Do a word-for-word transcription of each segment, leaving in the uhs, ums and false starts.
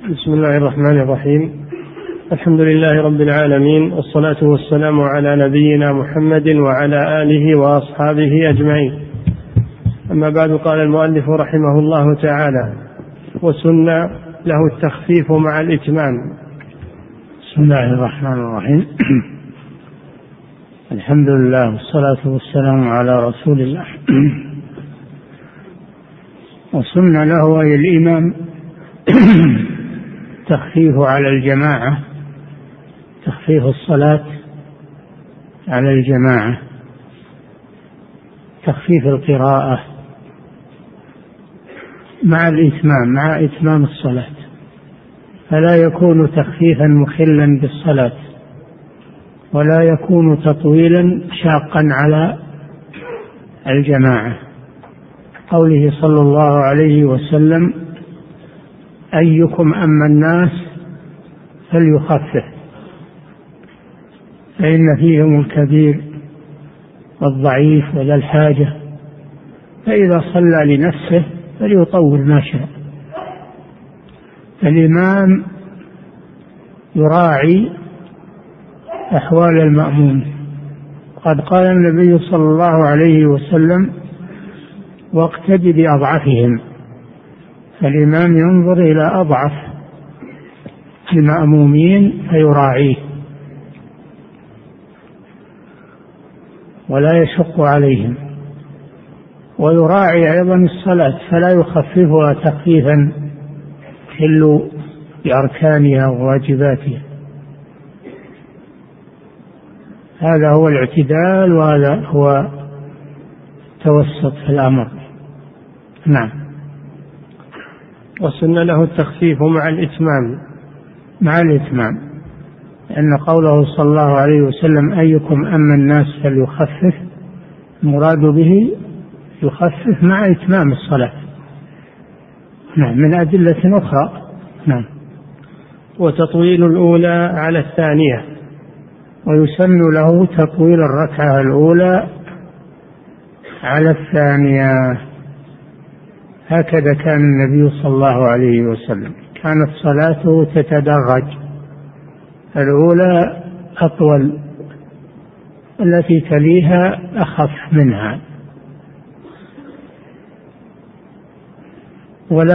بسم الله الرحمن الرحيم. الحمد لله رب العالمين، والصلاة والسلام على نبينا محمد وعلى آله وأصحابه أجمعين. أما بعد، قال المؤلف رحمه الله تعالى: وسن له التخفيف مع الإتمام. بسم الله الرحمن الرحيم. الحمد لله والصلاة والسلام على رسول الله. وسن له أي الإمام تخفيف على الجماعة، تخفيف الصلاة على الجماعة، تخفيف القراءة مع الإتمام، مع إتمام الصلاة، فلا يكون تخفيفا مخلا بالصلاة، ولا يكون تطويلا شاقا على الجماعة. قوله صلى الله عليه وسلم: أيكم أما الناس فليخفف فإن فيهم الكبير والضعيف وذا الحاجة، فإذا صلى لنفسه فليطول ما شاء. فالإمام يراعي أحوال المأموم. قد قال النبي صلى الله عليه وسلم: واقتد بأضعفهم. فالإمام ينظر إلى أضعف المأمومين فيراعيه ولا يشق عليهم، ويراعي أيضا الصلاة فلا يخففها تخفيفا يخل بأركانها وواجباتها. هذا هو الاعتدال، وهذا هو التوسط في الأمر. نعم. وسن له التخفيف مع الإتمام. مع الإتمام، لأن قوله صلى الله عليه وسلم: أيكم أما الناس فليخفف، المراد به يخفف مع إتمام الصلاة. نعم، من أدلة أخرى. نعم. وتطويل الأولى على الثانية. ويسن له تطويل الركعة الأولى على الثانية، هكذا كان النبي صلى الله عليه وسلم، كانت صلاته تتدرج، الأولى أطول، التي تليها أخف منها، ولا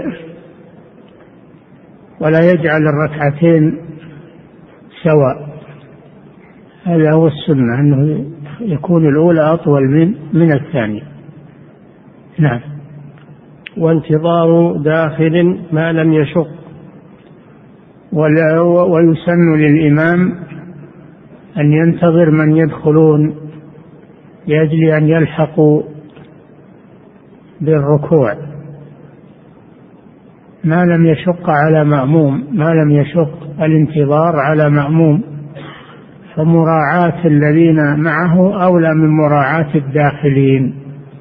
ولا يجعل الركعتين سواء. هذا هو السنة، أنه يكون الأولى أطول من من الثانية. نعم. وانتظار داخل ما لم يشق. ويسن للإمام أن ينتظر من يدخلون لأجل أن يلحقوا بالركوع، ما لم يشق على مأموم، ما لم يشق الانتظار على مأموم، فمراعاة الذين معه أولى من مراعاة الداخلين،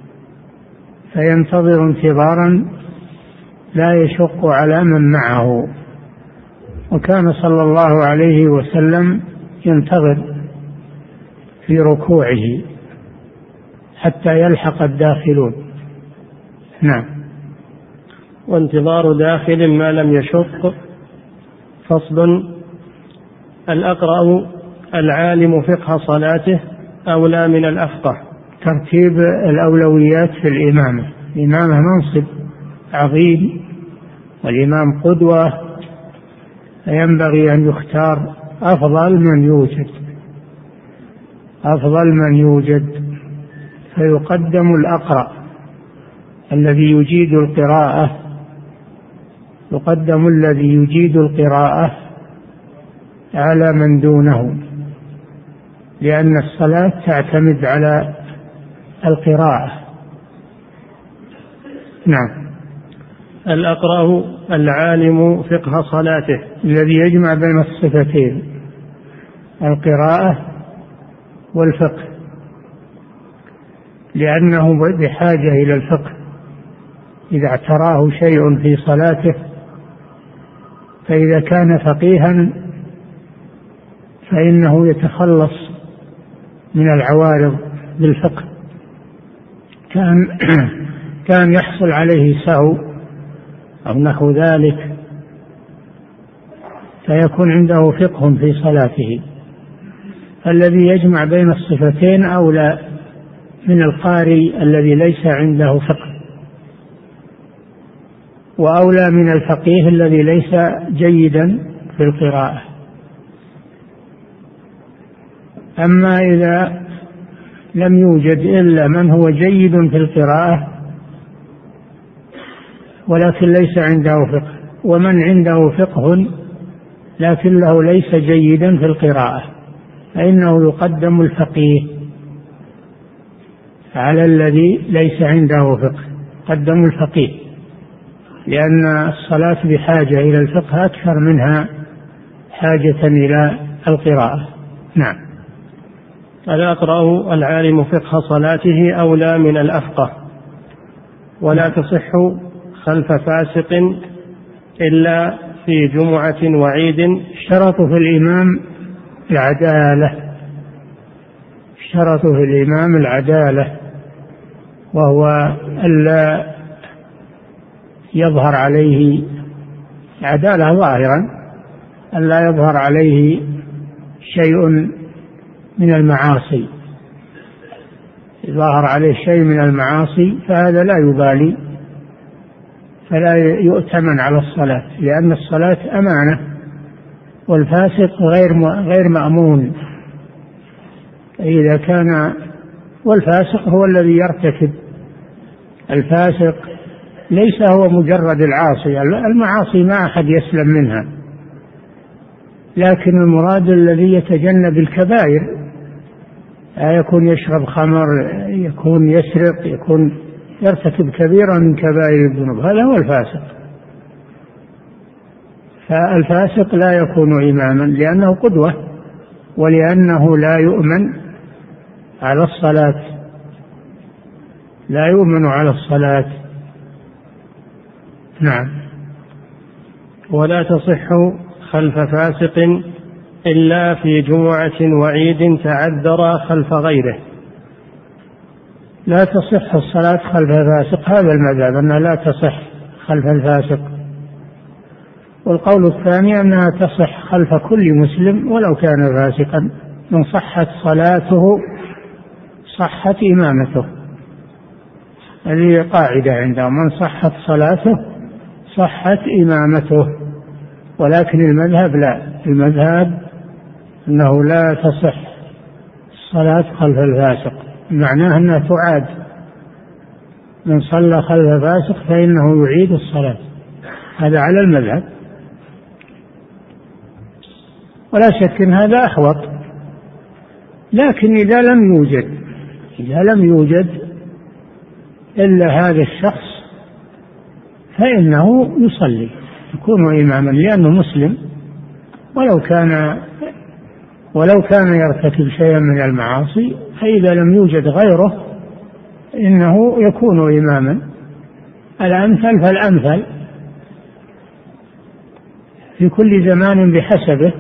فينتظر انتظارا لا يشق على من معه. وكان صلى الله عليه وسلم ينتظر في ركوعه حتى يلحق الداخلون. نعم. وانتظار داخل ما لم يشق. فصل: الأقرأ العالم فقه صلاته أولى من الأفقه. ترتيب الأولويات في الإمامة. الإمامة منصب عظيم، والإمام قدوة، فينبغي أن يختار أفضل من يوجد، أفضل من يوجد، فيقدم الأقرأ الذي يجيد القراءة، يقدم الذي يجيد القراءة على من دونه، لأن الصلاة تعتمد على القراءة. نعم. الأقرأ العالم فقه صلاته، الذي يجمع بين الصفتين، القراءة والفقه، لأنه بحاجة إلى الفقه. إذا اعتراه شيء في صلاته، فإذا كان فقيها فإنه يتخلص من العوارض بالفقه. كان كان يحصل عليه سهو أو نحو ذلك فيكون عنده فقه في صلاته. الذي يجمع بين الصفتين أولى من القارئ الذي ليس عنده فقه، وأولى من الفقيه الذي ليس جيدا في القراءة. أما إذا لم يوجد إلا من هو جيد في القراءة ولكن ليس عنده فقه، ومن عنده فقه لكنه ليس جيدا في القراءة، فإنه يقدم الفقيه على الذي ليس عنده فقه، قدم الفقيه، لأن الصلاة بحاجة إلى الفقه أكثر منها حاجة إلى القراءة. نعم. ألا أقرأ العالم فقه صلاته أولى من الأفقه، ولا تصح خلف فاسق إلا في جمعة وعيد. اشترط في الإمام العدالة، اشترط في الإمام العدالة، وهو ألا يظهر عليه عدالة ظاهرا، ألا يظهر عليه شيء من المعاصي. ظهر عليه شيء من المعاصي فهذا لا يبالي، فلا يؤتمن على الصلاة، لأن الصلاة أمانة، والفاسق غير غير مأمون. إذا كان والفاسق هو الذي يرتكب، الفاسق ليس هو مجرد العاصي، المعاصي ما أحد يسلم منها، لكن المراد الذي يتجنب الكبائر، يكون يشرب خمر، يكون يسرق، يكون يرتكب كبيرا من كبائر الذنوب، هذا هو الفاسق. فالفاسق لا يكون إماما لأنه قدوة، ولأنه لا يؤمن على الصلاة، لا يؤمن على الصلاة. نعم. ولا تصح خلف فاسق إلا في جمعة وعيد تعذر خلف غيره. لا تصح الصلاة خلف فاسق، هذا المذهب أنها لا تصح خلف الفاسق. والقول الثاني أنها تصح خلف كل مسلم ولو كان فاسقا، من صحت صلاته صحت إمامته، هذه قاعدة عندهم، من صحت صلاته صحت إمامته. ولكن المذهب لا، المذهب أنه لا تصح الصلاة خلف الفاسق، معناه أنها تعاد، من صلى خلف فاسق فإنه يعيد الصلاة، هذا على المذهب، ولا شك أن هذا أحوط. لكن إذا لم يوجد إذا لم يوجد إلا هذا الشخص فإنه يصلي، يكون إماما لأنه مسلم، ولو كان ولو كان يرتكب شيئا من المعاصي، فإذا لم يوجد غيره إنه يكون إماما. الأمثل فالأمثل، في كل زمان بحسبه،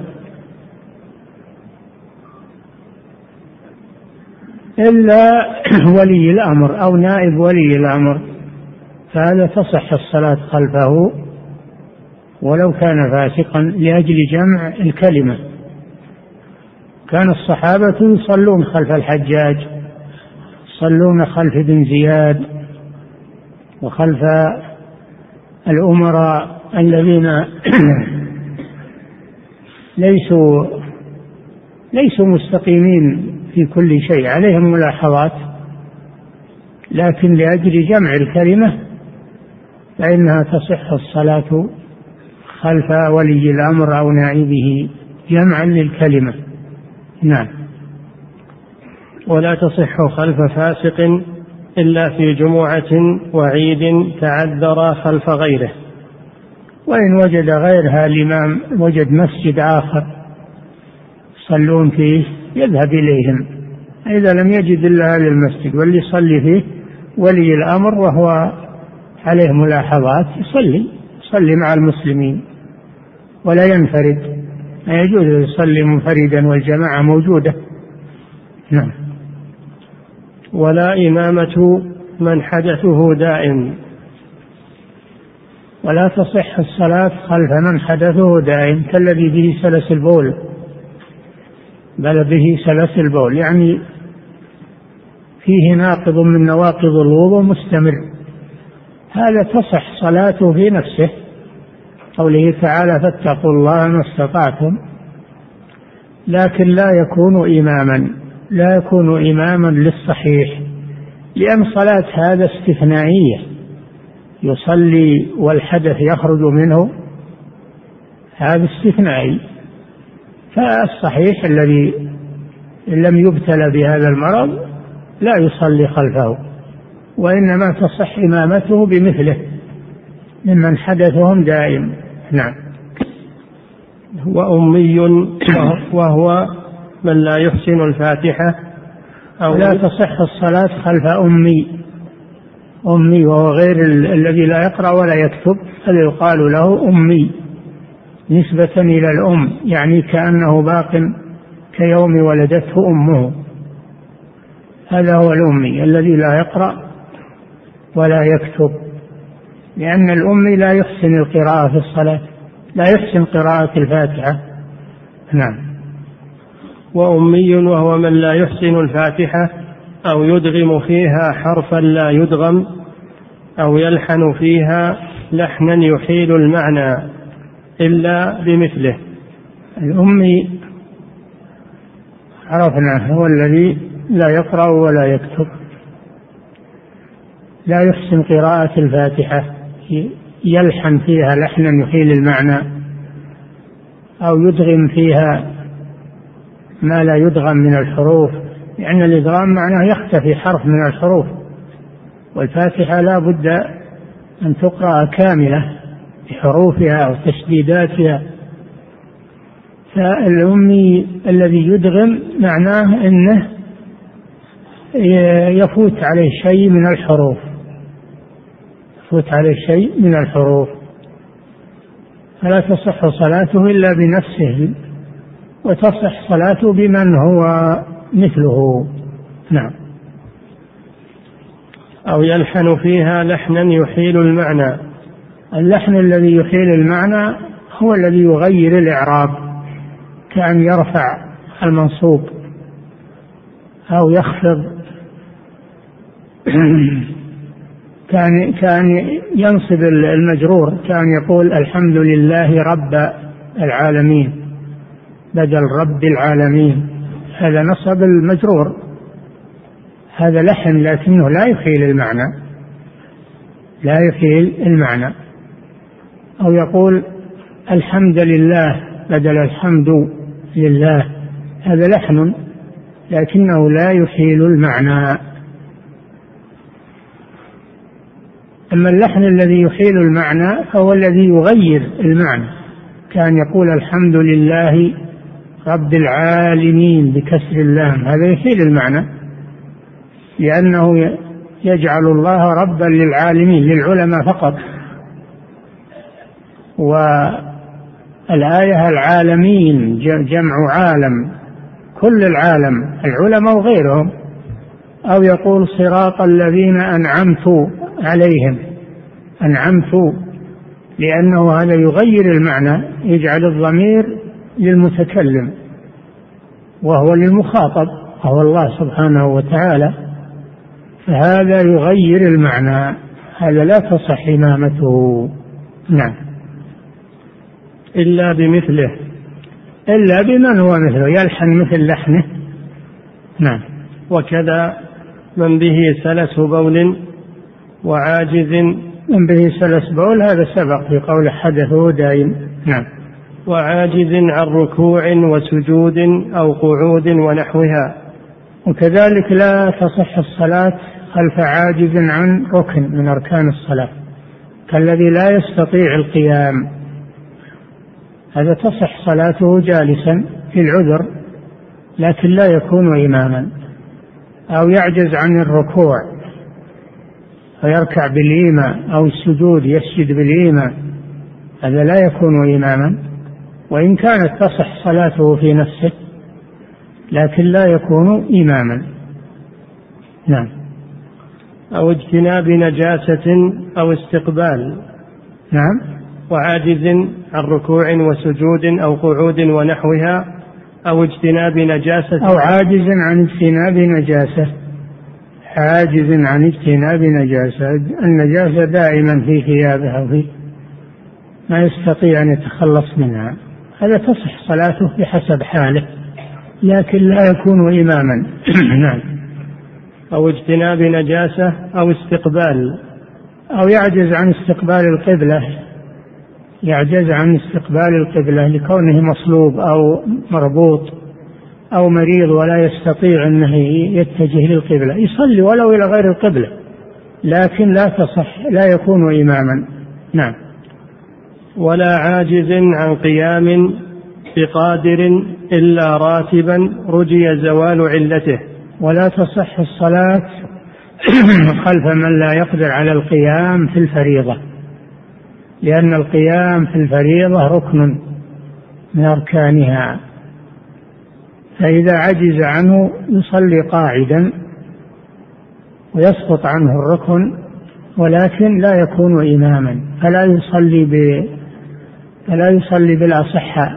إلا ولي الأمر أو نائب ولي الأمر، فهذا تصح الصلاة خلفه ولو كان فاسقا لأجل جمع الكلمة. كان الصحابة يصلون خلف الحجاج، يصلون خلف ابن زياد وخلف الأمراء الذين ليسوا ليسوا مستقيمين في كل شيء، عليهم ملاحظات، لكن لأجل جمع الكلمة فإنها تصح الصلاة خلف ولي الأمر أو نائبه جمعا للكلمة. نعم. ولا تصح خلف فاسق إلا في جمعة وعيد تعذر خلف غيره. وإن وجد غيرها الإمام، وجد مسجد آخر يصلون فيه يذهب إليهم، إذا لم يجد إلا هذا المسجد واللي يصلي فيه ولي الأمر وهو عليه ملاحظات يصلي يصلي مع المسلمين ولا ينفرد، لا يجوز يصلي منفردا والجماعة موجودة. نعم. ولا إمامة من حدثه دائم. ولا تصح الصلاة خلف من حدثه دائم كالذي به سلس البول، بل به سلس البول يعني فيه ناقض من نواقض الوضوء مستمر، هذا تصح صلاته في نفسه، قوله تعالى فاتقوا الله ما استطعتم، لكن لا يكون إماما لا يكون إماما للصحيح، لأن صلاة هذا استثنائية، يصلي والحدث يخرج منه، هذا استثنائي. فالصحيح الذي لم يبتلى بهذا المرض لا يصلي خلفه، وإنما تصح إمامته بمثله ممن حدثهم دائم. نعم. وأمي وهو من لا يحسن الفاتحة أو لا تصح الصلاة خلف أمي. أمي وهو غير الذي لا يقرأ ولا يكتب، هذا يقال له أمي نسبة إلى الأم، يعني كأنه باق كيوم ولدته أمه، هذا هو الأمي الذي لا يقرأ ولا يكتب، لأن الأمي لا يحسن القراءة في الصلاة، لا يحسن قراءة الفاتحة. نعم. وأمي وهو من لا يحسن الفاتحة أو يدغم فيها حرفا لا يدغم أو يلحن فيها لحنا يحيل المعنى إلا بمثله. الأمي عرفنا هو الذي لا يقرأ ولا يكتب، لا يحسن قراءة الفاتحة، يلحن فيها لحنا يحيل المعنى أو يدغم فيها ما لا يدغم من الحروف، لأن يعني الإدغام معناه يختفي حرف من الحروف، والفاتحة لا بد أن تقرأ كاملة بحروفها أو تشديداتها. فالأمي الذي يدغم معناه أنه يفوت عليه شيء من الحروف، يفوت عليه شيء من الحروف، فلا تصح صلاته إلا بنفسه، وتصح صلاته بمن هو مثله. نعم. أو يلحن فيها لحنا يحيل المعنى. اللحن الذي يحيل المعنى هو الذي يغير الإعراب، كأن يرفع المنصوب أو يخفض، كان كان ينصب المجرور، كان يقول الحمد لله رب العالمين بدل رب العالمين، هذا نصب المجرور، هذا لحن لكنه لا يحيل المعنى، لا يحيل المعنى. أو يقول الحمد لله بدل الحمد لله، هذا لحن لكنه لا يحيل المعنى. أما اللحن الذي يحيل المعنى فهو الذي يغير المعنى، كان يقول الحمد لله رب العالمين بكسر اللام، هذا يحيل المعنى، لأنه يجعل الله ربا للعالمين، للعلماء فقط. والآية العالمين جمع عالم، كل العالم، العلماء وغيرهم. أو يقول صراط الذين أنعمت عليهم، أنعمت، لأنه هذا يغير المعنى، يجعل الضمير للمتكلم وهو للمخاطب وهو الله سبحانه وتعالى، فهذا يغير المعنى، هذا لا تصح إمامته. نعم. إلا بمثله، إلا بمن هو مثله، يلحن مثل لحنه. نعم. وكذا من به سلس بول وعاجز، من به سلس بول هذا سبق في قول حدثه دائم. نعم. وعاجز عن ركوع وسجود أو قعود ونحوها. وكذلك لا تصح الصلاة خلف عاجز عن ركن من أركان الصلاة، كالذي لا يستطيع القيام، هذا تصح صلاته جالسا في العذر لكن لا يكون إماما. أو يعجز عن الركوع فيركع بالإيماء، أو السجود يسجد بالإيماء، هذا لا يكون إماما، وإن كانت تصح صلاته في نفسه لكن لا يكون إماما. نعم. أو اجتناب نجاسة أو استقبال، نعم. وعاجز عن ركوع وسجود أو قعود ونحوها أو اجتناب نجاسة أو عاجز عن اجتناب نجاسة عاجز عن اجتناب نجاسة النجاسة دائما في ثيابه وفي ما يستطيع أن يتخلص منها، هذا تصح صلاته بحسب حاله لكن لا يكون إماما. نعم. أو اجتناب نجاسة أو استقبال، أو يعجز عن استقبال القبلة يعجز عن استقبال القبلة لكونه مصلوب أو مربوط أو مريض ولا يستطيع أنه يتجه للقبلة، يصلي ولو إلى غير القبلة لكن لا تصح لا يكون إماما. نعم. ولا عاجز عن قيام بقادر إلا راتبا رجي زوال علته. ولا تصح الصلاة خلف من لا يقدر على القيام في الفريضة، لأن القيام في الفريضة ركن من أركانها، فإذا عجز عنه يصلي قاعدا ويسقط عنه الركن ولكن لا يكون إماما، فلا يصلي ب فلا يصلي بالأصحاء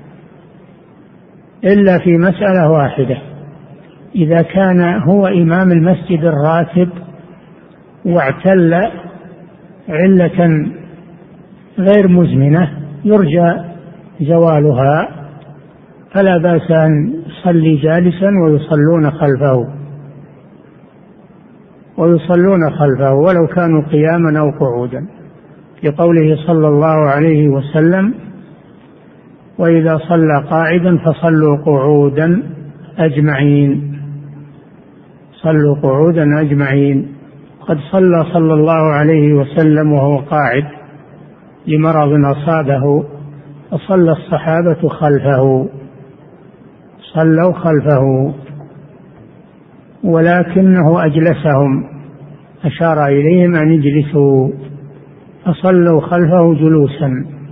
إلا في مسألة واحدة، إذا كان هو إمام المسجد الراتب واعتل علة غير مزمنة يرجى زوالها فلا بأس أن يصلي جالسا ويصلون خلفه ويصلون خلفه ولو كانوا قياما أو قعودا، لقوله صلى الله عليه وسلم: وإذا صلى قاعدا فصلوا قعودا أجمعين صلوا قعودا أجمعين. قد صلى صلى الله عليه وسلم وهو قاعد لمرض أصابه وصلى الصحابة خلفه صلوا خلفه ولكنه أجلسهم أشار إليهم أن يجلسوا فصلوا خلفه جلوسا،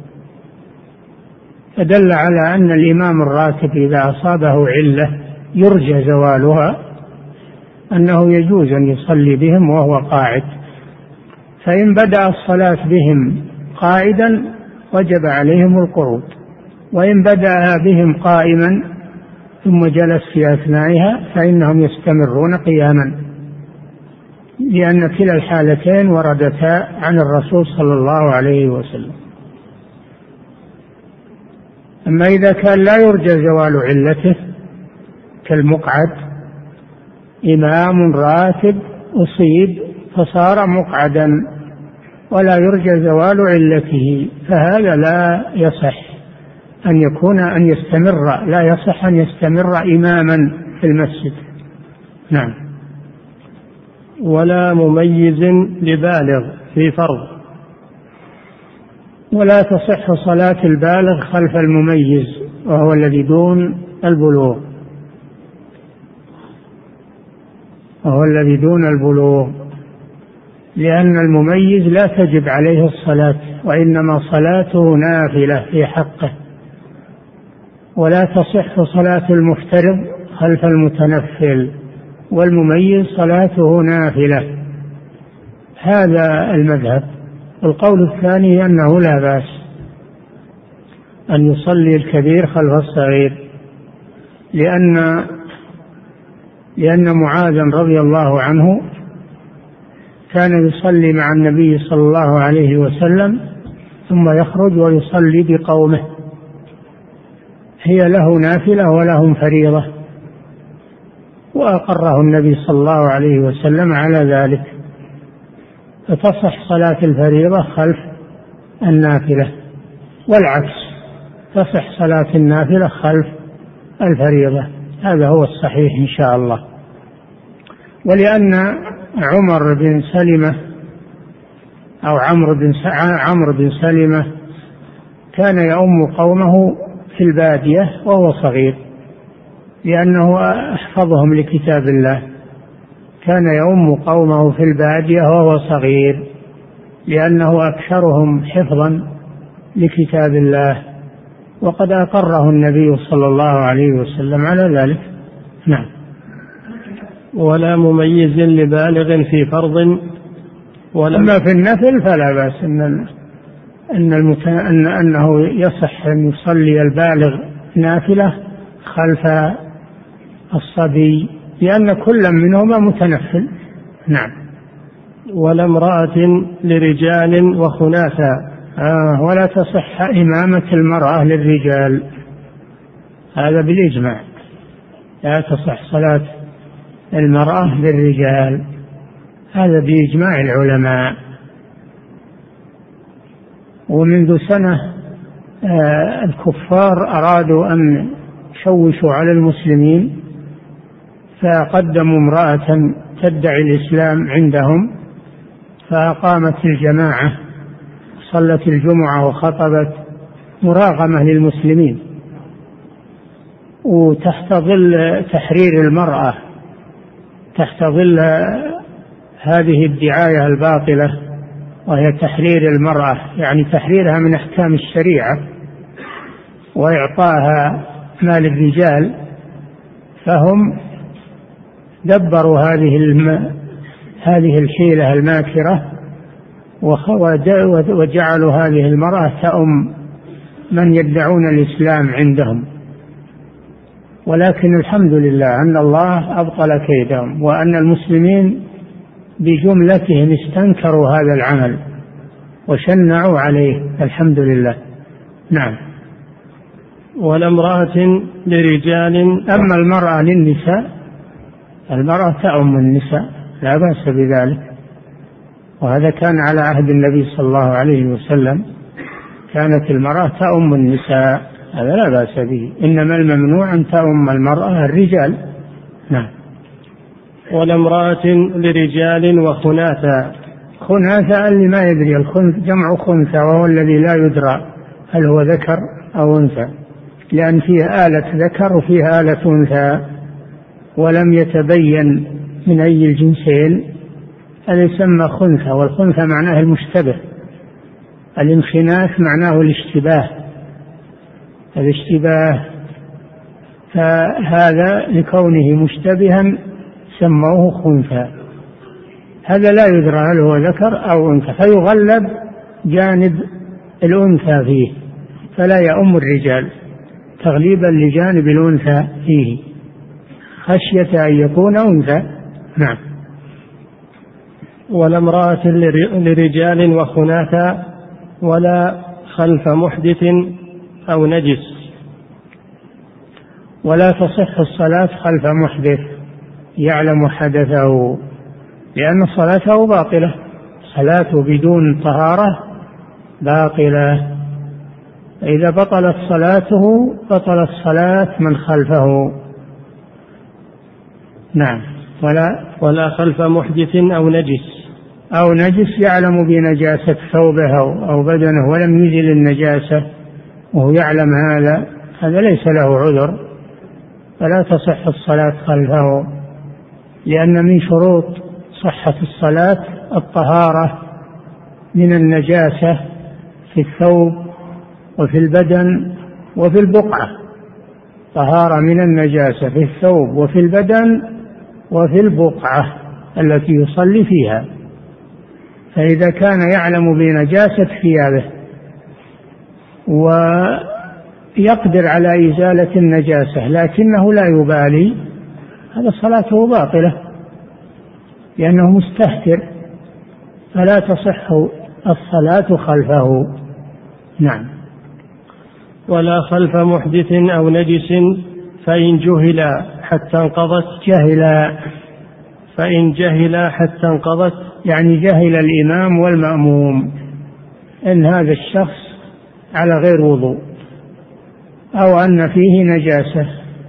فدل على أن الإمام الراتب إذا أصابه علة يرجى زوالها أنه يجوز أن يصلي بهم وهو قاعد، فإن بدأ الصلاة بهم قاعدا وجب عليهم القعود، وإن بدأ بهم قائما ثم جلس في أثنائها فإنهم يستمرون قياما، لأن كلا الحالتين وردتا عن الرسول صلى الله عليه وسلم. أما إذا كان لا يرجى زوال علته كالمقعد، إمام راتب أصيب فصار مقعدا ولا يرجى زوال علته، فهذا لا يصح أن يكون أن يستمر لا يصح أن يستمر إماما في المسجد. نعم. ولا مميز لبالغ في فرض. ولا تصح صلاة البالغ خلف المميز وهو الذي دون البلوغ وهو الذي دون البلوغ لأن المميز لا تجب عليه الصلاة وإنما صلاته نافلة في حقه، ولا تصح صلاة المفترض خلف المتنفل، والمميز صلاته نافلة. هذا المذهب. القول الثاني أنه لا بأس أن يصلي الكبير خلف الصغير، لأن لأن معاذ رضي الله عنه كان يصلي مع النبي صلى الله عليه وسلم ثم يخرج ويصلي بقومه، هي له نافلة ولهم فريضة، وأقره النبي صلى الله عليه وسلم على ذلك، فتصح صلاة الفريضة خلف النافلة، والعكس تصح صلاة النافلة خلف الفريضة. هذا هو الصحيح إن شاء الله. ولأن عمر بن سلمة أو عمرو بن عمرو بن سلمة كان يؤم قومه في البادية وهو صغير، لأنه أحفظهم لكتاب الله، كان يؤم قومه في البادية وهو صغير لأنه أكثرهم حفظا لكتاب الله، وقد أقره النبي صلى الله عليه وسلم على ذلك. نعم. ولا مميز لبالغ في فرض ولا أما في النفل فلا بأس، إن أن, المت... أن أنه يصح أن يصلي البالغ نافلة خلف الصبي لأن كل منهما متنفل. نعم. ولا امرأة لرجال وخناثا. آه ولا تصح إمامة المرأة للرجال، هذا بالإجماع، لا تصح صلاة المرأة للرجال، هذا بإجماع العلماء. ومنذ سنة آه الكفار أرادوا أن يشوشوا على المسلمين، فقدموا امرأة تدعي الإسلام عندهم، فأقامت الجماعة، صلت الجمعة وخطبت مراغمة للمسلمين، وتحت ظل تحرير المرأة، تحت ظل هذه الدعاية الباطلة وهي تحرير المرأة، يعني تحريرها من أحكام الشريعة وإعطاها ما للرجال، فهم دبروا هذه الم... هذه الحيلة الماكرة وجعلوا هذه المرأة تأم من يدعون الإسلام عندهم. ولكن الحمد لله أن الله أبطل كيدهم، وأن المسلمين بجملتهم استنكروا هذا العمل وشنعوا عليه، الحمد لله. نعم. ولا امرأة لرجال. أما المرأة للنساء، المرأة تأم النساء لا بأس بذلك، وهذا كان على عهد النبي صلى الله عليه وسلم، كانت المرأة تأم النساء، هذا لا بأس به، إنما الممنوع أن تأم المرأة الرجال. نعم. ولا امرأة لرجال وخناثا. خناثا اللي ما يدري، الخنث جمع خنثى، وهو الذي لا يدرى هل هو ذكر أو أنثى، لأن فيه آلة ذكر وفيه آلة أنثى ولم يتبين من أي الجنسين، هذا يسمى خنثى، والخنثى معناه المشتبه، الانخناث معناه الاشتباه، الاشتباه، فهذا لكونه مشتبها سموه خنثى، هذا لا يدرى هل هو ذكر أو أنثى، فيغلب جانب الأنثى فيه، فلا يؤم الرجال تغليبا لجانب الأنثى فيه خشية أن يكون أنثى. نعم. ولا امرأة لرجال وخناثا ولا خلف محدث أو نجس. ولا تصح الصلاة خلف محدث يعلم حدثه، لأن صلاته باطلة، صلاته بدون طهارة باطلة، إذا بطلت صلاته بطلت صلاة من خلفه. نعم. ولا ولا خلف محدث أو نجس. أو نجس يعلم بنجاسة ثوبه أو بدنه ولم يزل النجاسة وهو يعلم هذا، هذا ليس له عذر، فلا تصح الصلاة خلفه، لأن من شروط صحة الصلاة الطهارة من النجاسة في الثوب وفي البدن وفي البقعة، طهارة من النجاسة في الثوب وفي البدن وفي البقعة التي يصلي فيها، فإذا كان يعلم بنجاسة ثيابه ويقدر على إزالة النجاسة لكنه لا يبالي، هذا صلاته باطلة لأنه مستهتر، فلا تصح الصلاة خلفه. نعم. ولا خلف محدث أو نجس فإن جهل حتى انقضت. جهل فإن جهل حتى انقضت يعني جهل الإمام والمأموم إن هذا الشخص على غير وضوء أو أن فيه نجاسة،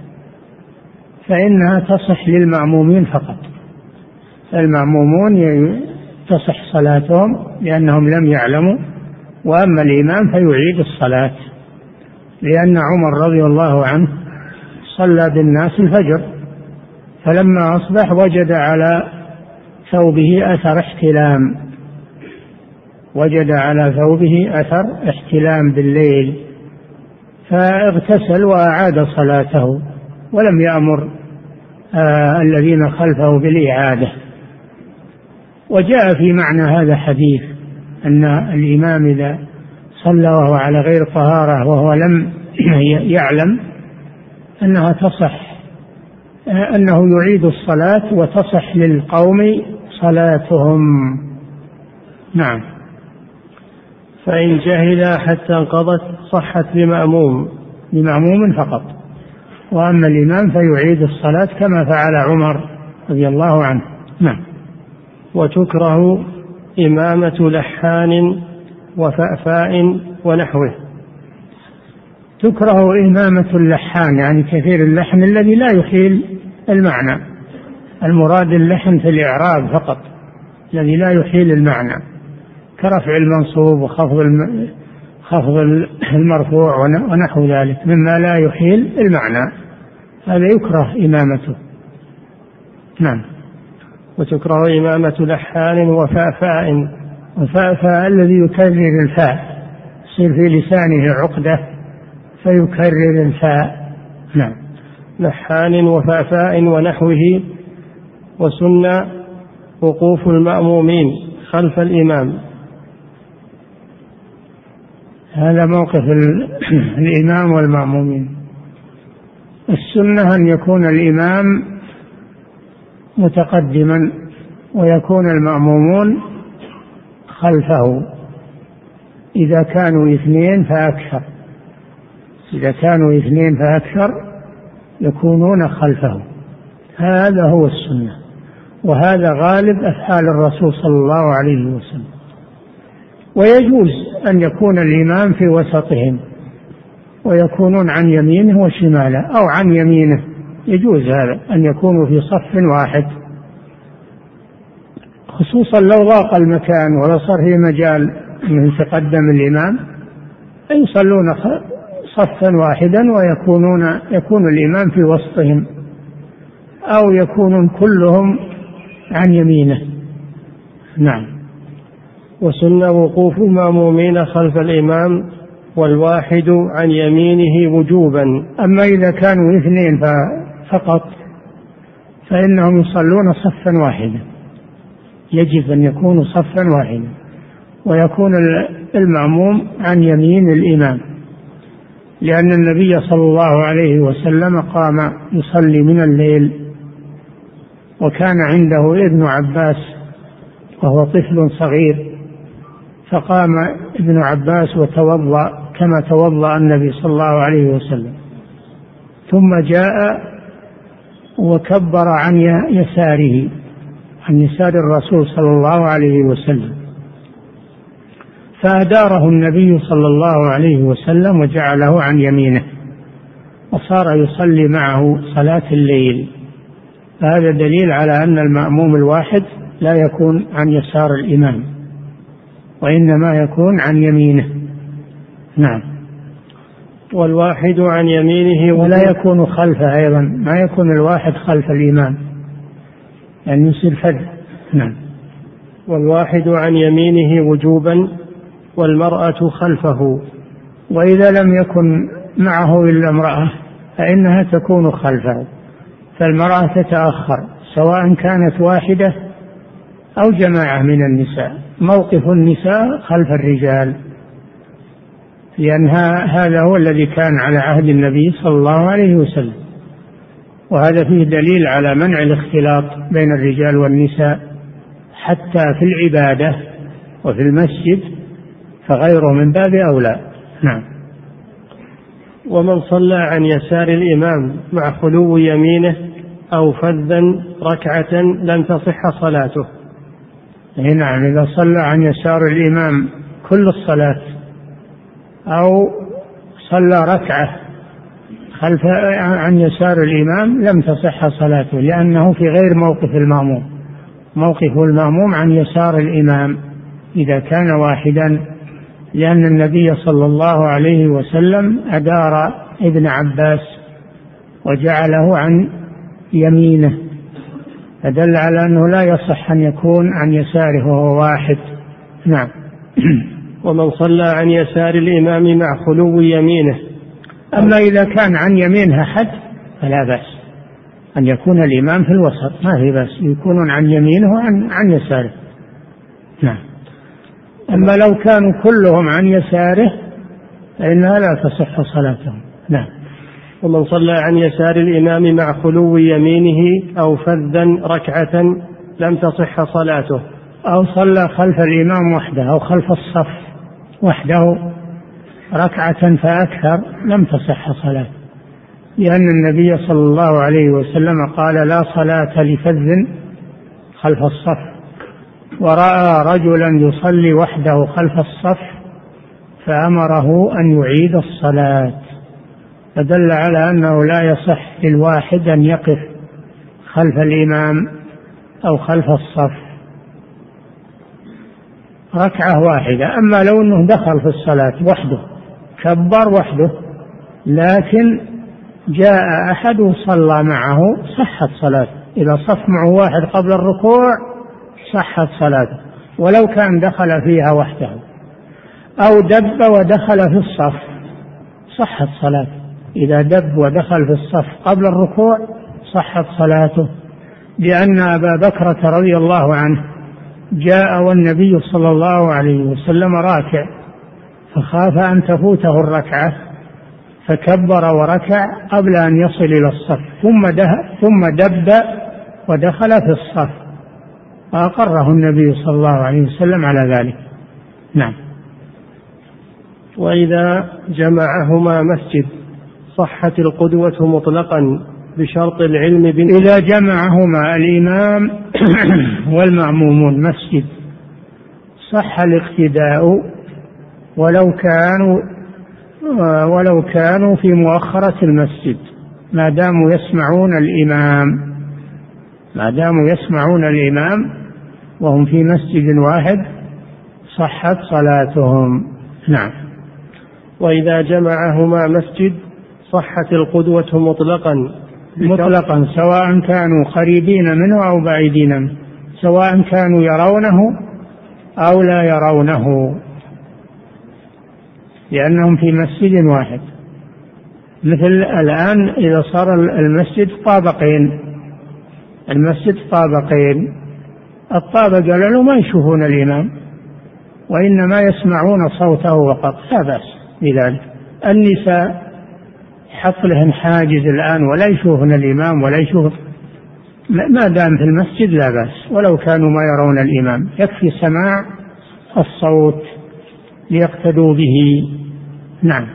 فإنها تصح للمأمومين فقط، المأمومون تصح صلاتهم لأنهم لم يعلموا، وأما الإمام فيعيد الصلاة، لأن عمر رضي الله عنه صلى بالناس الفجر، فلما أصبح وجد على ثوبه أثر احتلام، وجد على ثوبه أثر احتلام بالليل، فاغتسل وأعاد صلاته ولم يأمر آه الذين خلفه بالإعادة. وجاء في معنى هذا حديث أن الإمام إذا صلى وهو على غير طهارة وهو لم يعلم أنها تصح، أنه يعيد الصلاة وتصح للقوم صلاتهم. نعم. فإن جهل حتى انقضت صحت بمأموم بمأموم فقط، وأما الإمام فيعيد الصلاة كما فعل عمر رضي الله عنه. نعم. وتكره إمامة لحان وفأفاء ونحوه. تكره إمامة اللحان يعني كثير اللحن الذي لا يحيل المعنى، المراد اللحن في الإعراب فقط الذي لا يحيل المعنى، كرفع المنصوب وخفض الم... خفض المرفوع ونحو ذلك مما لا يحيل المعنى، هذا يكره إمامته. نعم. وتكره إمامة لحان وفأفاء. وفأفاء الذي يكرر الفاء، يصير في لسانه عقدة فيكرر الفاء. نعم. لحان وفأفاء ونحوه. وسن وقوف المأمومين خلف الإمام. هذا موقف الإمام والمأمومين. السنة أن يكون الإمام متقدما ويكون المأمومون خلفه إذا كانوا اثنين فأكثر، إذا كانوا اثنين فأكثر يكونون خلفه، هذا هو السنة، وهذا غالب أفعال الرسول صلى الله عليه وسلم. ويجوز أن يكون الإمام في وسطهم ويكونون عن يمينه وشماله أو عن يمينه، يجوز هذا أن يكونوا في صف واحد، خصوصا لو ضاق المكان ولا صار في مجال أن يتقدم الإمام، يصلون صفا واحدا ويكونون يكون الإمام في وسطهم أو يكونون كلهم عن يمينه. نعم. وسن وقوف المأمومين خلف الإمام والواحد عن يمينه وجوبا. أما إذا كانوا اثنين فقط فإنهم يصلون صفا واحدا، يجب أن يكونوا صفا واحدا ويكون المأموم عن يمين الإمام، لأن النبي صلى الله عليه وسلم قام يصلي من الليل وكان عنده ابن عباس وهو طفل صغير، فقام ابن عباس وتوضأ كما توضأ النبي صلى الله عليه وسلم، ثم جاء وكبر عن يساره عن يسار الرسول صلى الله عليه وسلم، فأداره النبي صلى الله عليه وسلم وجعله عن يمينه وصار يصلي معه صلاة الليل. هذا دليل على أن المأموم الواحد لا يكون عن يسار الإمام وإنما يكون عن يمينه. نعم. والواحد عن يمينه ولا يكون خلفه أيضا، ما يكون الواحد خلف الإمام يعني يصير فرد. نعم. والواحد عن يمينه وجوبا والمرأة خلفه. وإذا لم يكن معه إلا امرأة فإنها تكون خلفه، فالمرأة تتأخر سواء كانت واحدة أو جماعة من النساء. موقف النساء خلف الرجال، لأن هذا هو الذي كان على عهد النبي صلى الله عليه وسلم، وهذا فيه دليل على منع الاختلاط بين الرجال والنساء حتى في العبادة وفي المسجد، فغيره من باب أولى. نعم. ومن صلى عن يسار الإمام مع خلو يمينه أو فذا ركعة لم تصح صلاته. نعم. إذا صلى عن يسار الإمام كل الصلاة أو صلى ركعة خلف عن يسار الإمام لم تصح صلاته، لأنه في غير موقف المأموم. موقف المأموم عن يسار الإمام إذا كان واحدا، لأن النبي صلى الله عليه وسلم أدار ابن عباس وجعله عن يمينه، فدل على أنه لا يصح أن يكون عن يساره وهو واحد. نعم. ومن صلى عن يسار الإمام مع خلو يمينه. أما إذا كان عن يمينه أحد فلا بأس أن يكون الإمام في الوسط، ما في بأس يكونون عن يمينه وعن عن يساره. نعم. أما لو كانوا كلهم عن يساره فإنها لا تصح صلاتهم. نعم. ومن صلى عن يسار الإمام مع خلو يمينه أو فذا ركعة لم تصح صلاته. أو صلى خلف الإمام وحده أو خلف الصف وحده ركعة فأكثر لم تصح صلاته، لأن النبي صلى الله عليه وسلم قال لا صلاة لفذ خلف الصف، ورأى رجلا يصلي وحده خلف الصف فأمره أن يعيد الصلاة، فدل على أنه لا يصح للواحد أن يقف خلف الإمام أو خلف الصف ركعة واحدة. أما لو أنه دخل في الصلاة وحده كبر وحده لكن جاء أحد وصلى معه صحت صلاته، إذا صف معه واحد قبل الركوع صحت صلاته ولو كان دخل فيها وحده، أو دب ودخل في الصف صحت صلاته، إذا دب ودخل في الصف قبل الركوع صحت صلاته، لأن أبا بكرة رضي الله عنه جاء والنبي صلى الله عليه وسلم راكع فخاف أن تفوته الركعة فكبر وركع قبل أن يصل إلى الصف ثم, ثم دب ودخل في الصف فأقره النبي صلى الله عليه وسلم على ذلك. نعم. وإذا جمعهما مسجد صحت القدوة مطلقا بشرط العلم بن إذا جمعهما الإمام والمأمومون مسجد صح الاقتداء ولو كانوا ولو كانوا في مؤخرة المسجد ما داموا يسمعون الإمام ما داموا يسمعون الإمام وهم في مسجد واحد صحت صلاتهم. نعم. وإذا جمعهما مسجد صحت القدوة مطلقا مطلقا سواء كانوا قريبين منه أو بعيدين منه، سواء كانوا يرونه أو لا يرونه، لأنهم في مسجد واحد. مثل الآن إذا صار المسجد طابقين المسجد طابقين الطابق قالوا ما يشوفون الإمام وإنما يسمعون صوته فقط لا بأس بذلك. النساء حط لهم حاجز الآن ولا يشوفون الإمام ولا يشوف، ما دام في المسجد لا بأس ولو كانوا ما يرون الإمام، يكفي سماع الصوت ليقتدوا به. نعم.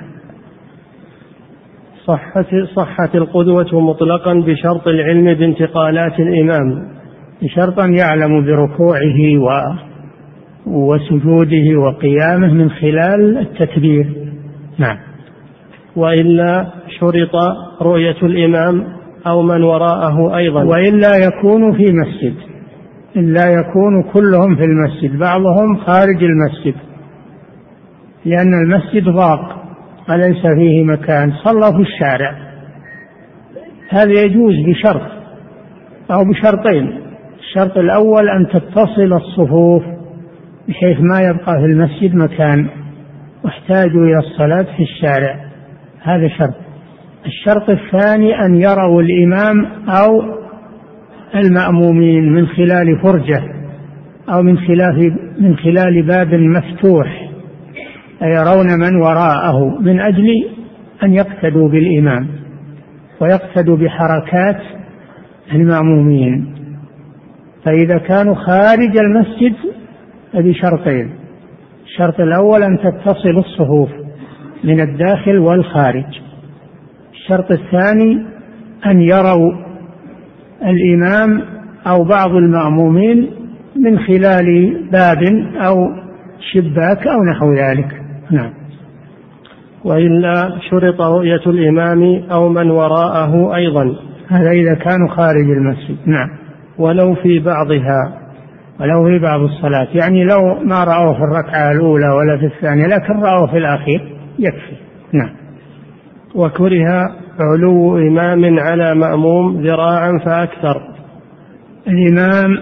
صحت, صحت القدوة مطلقا بشرط العلم بانتقالات الإمام، بشرط أن يعلم بركوعه و وسجوده وقيامه من خلال التكبير. نعم. وإلا شرط رؤية الإمام أو من وراءه أيضا. وإلا يكون في مسجد، إلا يكون كلهم في المسجد بعضهم خارج المسجد، لأن المسجد ضاق أليس فيه مكان، صلوا في الشارع، هذا يجوز بشرط أو بشرطين. الشرط الأول أن تتصل الصفوف بحيث ما يبقى في المسجد مكان واحتاجوا إلى الصلاة في الشارع، هذا شرط. الشرط الثاني أن يروا الإمام أو المأمومين من خلال فرجة أو من خلال من خلال باب مفتوح، يرون من وراءه من أجل أن يقتدوا بالإمام ويقتدوا بحركات المأمومين. فإذا كانوا خارج المسجد بشرطين: الشرط الأول أن تتصل الصفوف من الداخل والخارج، الشرط الثاني أن يروا الإمام أو بعض المأمومين من خلال باب أو شباك أو نحو ذلك. نعم. وإلا شرط رؤية الإمام أو من وراءه أيضا، هذا إذا كانوا خارج المسجد. نعم. ولو في بعضها، ولو في بعض الصلاة، يعني لو ما رأوه في الركعة الأولى ولا في الثانية لكن رأوه في الأخير يكفي. نعم. وكره علو إمام على مأموم ذراعا فأكثر. الإمام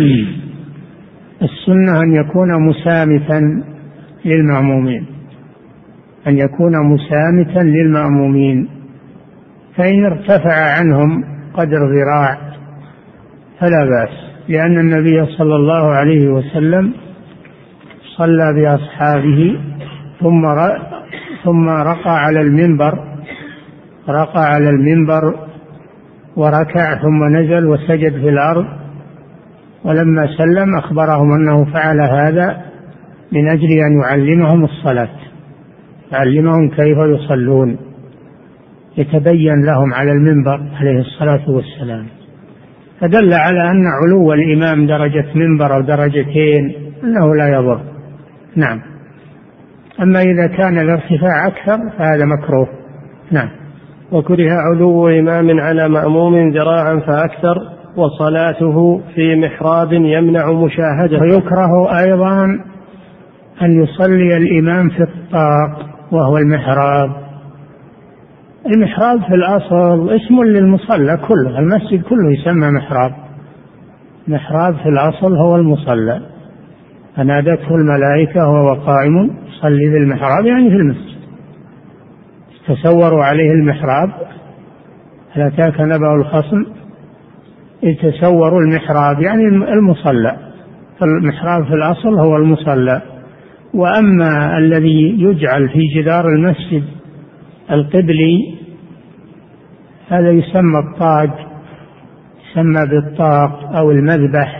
السنة أن يكون مسامتا للمأمومين، أن يكون مسامتا للمأمومين، فإن ارتفع عنهم قدر ذراع فلا بأس، لأن النبي صلى الله عليه وسلم صلى بأصحابه ثم ثم رقى على المنبر رقى على المنبر وركع ثم نزل وسجد في الأرض، ولما سلم أخبرهم أنه فعل هذا من أجل أن يعلمهم الصلاة، يعلمهم كيف يصلون، يتبين لهم على المنبر عليه الصلاة والسلام. فدل على أن علو الإمام درجة منبر أو درجتين أنه لا يضر. نعم. أما إذا كان الارتفاع أكثر فهذا مكروه. نعم. وكره علو إمام على مأموم ذراعا فأكثر وصلاته في محراب يمنع مشاهدة. ويكره أيضا أن يصلي الإمام في الطاق وهو المحراب. المحراب في الأصل اسم للمصلى كله، المسجد كله يسمى محراب. محراب في الأصل هو المصلى، فنادته الملائكة وهو قائم يصلي في المحراب يعني في المسجد. تصوروا عليه المحراب، هل أتاك نبأ الخصم إذ تصوروا المحراب يعني المصلى. فالمحراب في الأصل هو المصلى. وأما الذي يجعل في جدار المسجد القبلي هذا يسمى الطاج، يسمى بالطاق أو المذبح،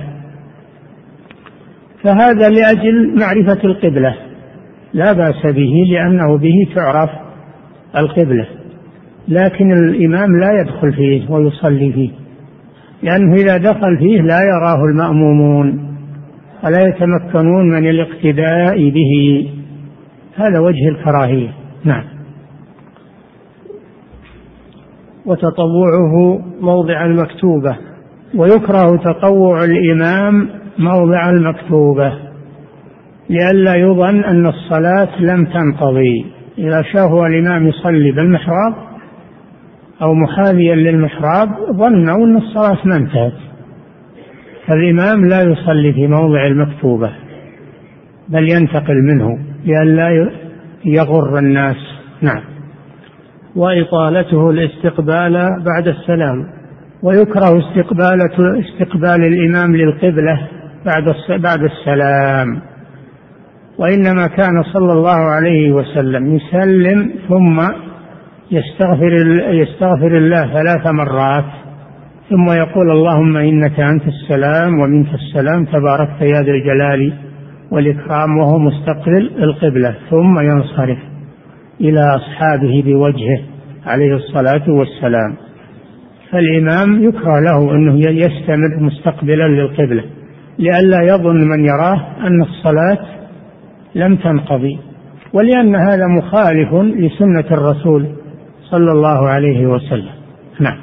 فهذا لأجل معرفة القبلة لا بأس به لأنه به تعرف القبلة، لكن الإمام لا يدخل فيه ويصلي فيه، لأنه إذا دخل فيه لا يراه المأمومون ولا يتمكنون من الاقتداء به. هذا وجه الكراهية. نعم. وتطوعه موضع المكتوبة. ويكره تطوع الإمام موضع المكتوبة لئلا يظن أن الصلاة لم تنقضي. إذا شافوا الإمام يصلي بالمحراب أو محاذيا للمحراب ظنوا أن الصلاة ما انتهت. فالإمام لا يصلي في موضع المكتوبة بل ينتقل منه لئلا يغر الناس. نعم. وإطالته الاستقبال بعد السلام. ويكره استقبال استقبال الإمام للقبلة بعد بعد السلام، وإنما كان صلى الله عليه وسلم يسلم ثم يستغفر يستغفر الله ثلاث مرات ثم يقول اللهم إنك أنت السلام ومنك السلام تباركت يا ذا الجلال والإكرام، وهو مستقبل القبلة، ثم ينصرف إلى أصحابه بوجهه عليه الصلاة والسلام. فالإمام يكره له أنه يستمر مستقبلا للقبلة لئلا يظن من يراه أن الصلاة لم تنقضي، ولأن هذا مخالف لسنة الرسول صلى الله عليه وسلم. نعم.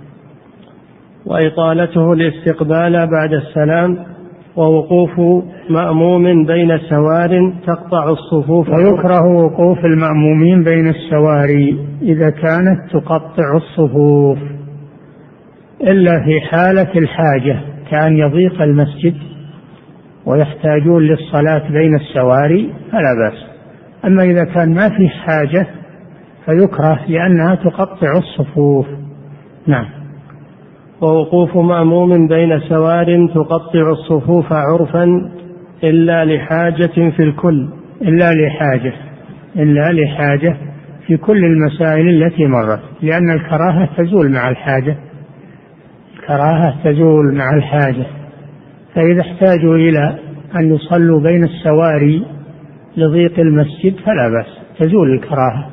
وإطالته الاستقبال بعد السلام ووقوف مأموم بين سوار تقطع الصفوف. ويكره وقوف المأمومين بين السواري إذا كانت تقطع الصفوف إلا في حالة الحاجة كأن يضيق المسجد ويحتاجون للصلاة بين السواري فلا بأس. أما إذا كان ما في حاجة فيكره لأنها تقطع الصفوف. نعم. ووقوف مأموم بين سوار تقطع الصفوف عرفا إلا لحاجة في الكل. إلا لحاجة إلا لحاجة في كل المسائل التي مرت، لأن الكراهة تزول مع الحاجة الكراهة تزول مع الحاجة. فإذا احتاجوا إلى أن يصلوا بين السواري لضيق المسجد فلا بأس، تزول الكراهة.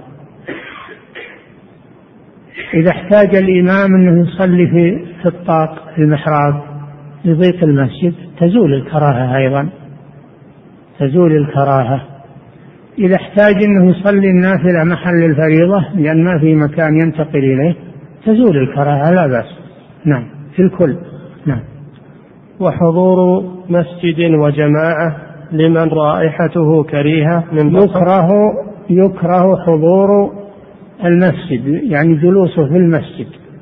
إذا احتاج الإمام أنه يصلي في في الطاق في المحراب لضيق المسجد تزول الكراهة أيضا، تزول الكراهة. إذا احتاج أنه يصلي النافلة محل الفريضة لأن ما في مكان ينتقل إليه تزول الكراهة لا بأس. نعم. في الكل. نعم. وحضور مسجد وجماعة لمن رائحته كريهة من يكره يكره حضور المسجد يعني جلوسه في المسجد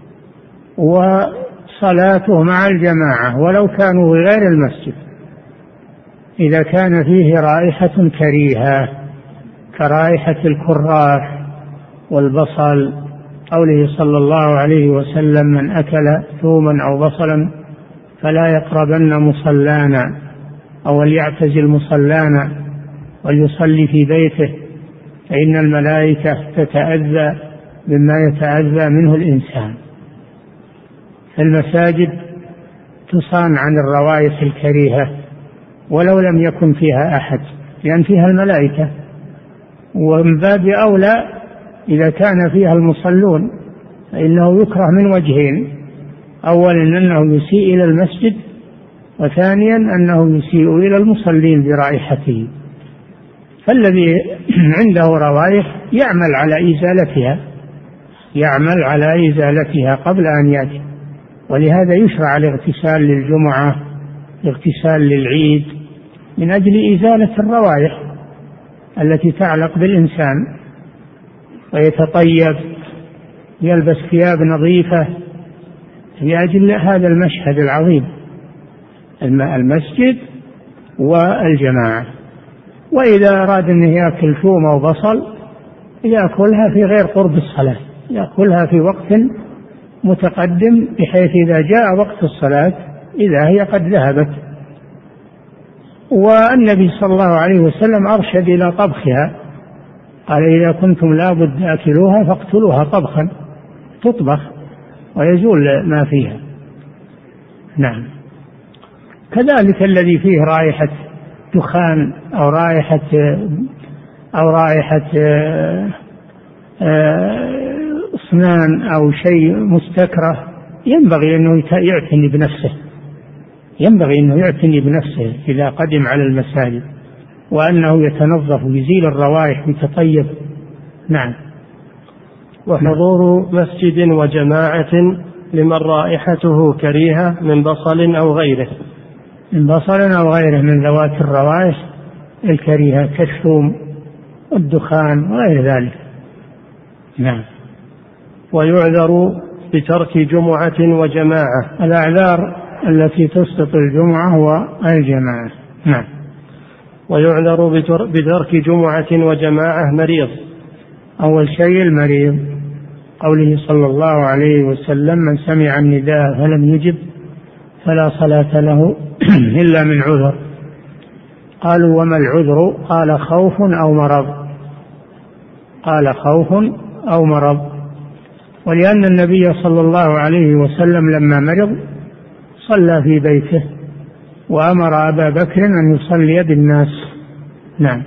وصلاته مع الجماعة ولو كانوا غير المسجد إذا كان فيه رائحة كريهة كرائحة الكراث والبصل، قوله صلى الله عليه وسلم من أكل ثوما أو بصلا فلا يقربن مصلانا أو ليعتزل مصلانا وليصلي في بيته، فإن الملائكة تتأذى مما يتأذى منه الإنسان. المساجد تصان عن الروائح الكريهة ولو لم يكن فيها أحد، لأن فيها الملائكة، ومن باب أولى إذا كان فيها المصلون، فإنه يكره من وجهين: أولا أنه يسيء إلى المسجد، وثانيا أنه يسيء إلى المصلين برائحته. فالذي عنده روائح يعمل على إزالتها يعمل على إزالتها قبل أن يأتي. ولهذا يشرع الاغتسال للجمعة، الاغتسال للعيد، من أجل إزالة الروائح التي تعلق بالإنسان، ويتطيب، يلبس ثياب نظيفة لأجل هذا المشهد العظيم، المسجد والجماعة. وإذا أراد أن يأكل ثوم أو بصل يأكلها في غير قرب الصلاة، يأكلها في وقت متقدم، بحيث إذا جاء وقت الصلاة إذا هي قد ذهبت. والنبي صلى الله عليه وسلم أرشد إلى طبخها، قال: إذا كنتم لا بد أكلوها فاقتلوها طبخا، تطبخ ويزول ما فيها. نعم. كذلك الذي فيه رائحة دخان أو رائحة أو رائحة أسنان أو شيء مستكره، ينبغي أنه يعتني بنفسه ينبغي أنه يعتني بنفسه إذا قدم على المساجد، وأنه يتنظف ويزيل الروائح ويتطيب. نعم. وحضور مسجد وجماعة لمن رائحته كريهة من بصل أو غيره من بصل أو غيره من ذوات الروائح الكريهة كالثوم والدخان وغير ذلك. نعم. ويعذر بترك جمعة وجماعة. الأعذار التي تسقط الجمعة والجماعة. نعم. ويعذر بترك جمعة وجماعة مريض. أول شيء المريض، قوله صلى الله عليه وسلم: من سمع النداء فلم يجب فلا صلاة له إلا من عذر. قالوا: وما العذر؟ قال: خوف أو مرض قال خوف أو مرض. ولأن النبي صلى الله عليه وسلم لما مرض صلى في بيته، وأمر أبا بكر أن يصلي بالناس. نعم.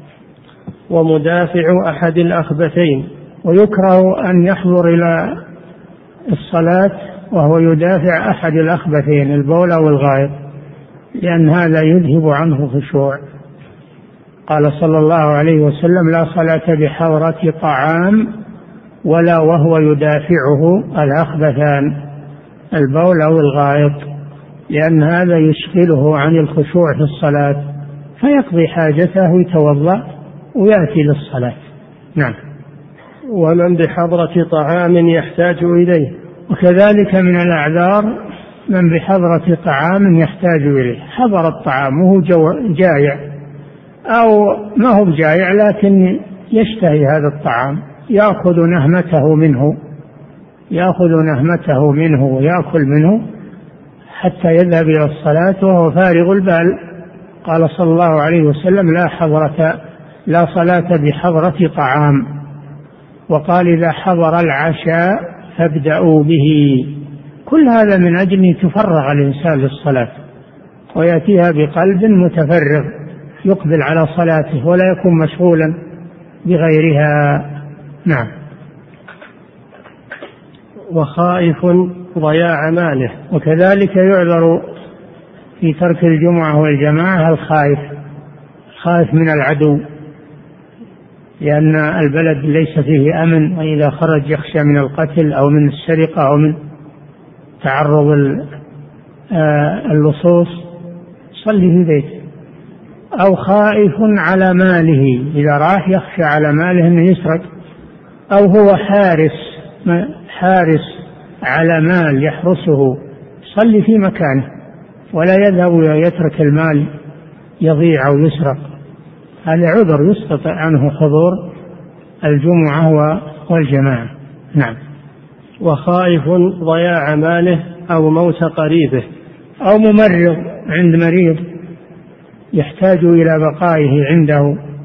ومدافع أحد الأخبثين. ويكره أن يحضر إلى الصلاة وهو يدافع أحد الأخبثين، البول أو الغائط، لأن هذا يذهب عنه خشوع. قال صلى الله عليه وسلم: لا صلاة بحضرة طعام ولا وهو يدافعه الأخبثان، البول أو الغائط، لأن هذا يشغله عن الخشوع في الصلاة، فيقضي حاجته ويتوضأ ويأتي للصلاة. نعم. ومن بحضرة طعام يحتاج إليه. وكذلك من الأعذار من بحضرة طعام يحتاج إليه، حضر الطعام وهو جائع، أو ما هو جائع لكن يشتهي هذا الطعام، يأخذ نهمته منه يأخذ نهمته منه ويأكل منه حتى يذهب إلى الصلاة وهو فارغ البال. قال صلى الله عليه وسلم: لا حضرة لا صلاة بحضرة طعام. وقال: إذا حضر العشاء فابدأوا به. كل هذا من أجل أن يتفرغ الإنسان للصلاة ويأتيها بقلب متفرغ، يقبل على صلاته ولا يكون مشغولا بغيرها. نعم. وخائف ضياع ماله. وكذلك يعذر في ترك الجمعة والجماعة الخائف، خائف من العدو، لأن البلد ليس فيه أمن، وإذا خرج يخشى من القتل أو من السرقة أو من تعرض اللصوص، صلي في بيته. أو خائف على ماله، إذا راح يخشى على ماله أنه يسرق. أو هو حارس حارس على مال يحرسه، صلي في مكانه ولا يذهب ويترك المال يضيع أو يسرق. هذا عذر يسقط عنه حضور الجمعة والجماعة. نعم. وخائف ضياع ماله أو موت قريبه. أو ممرض عند مريض يحتاج إلى بقائه عنده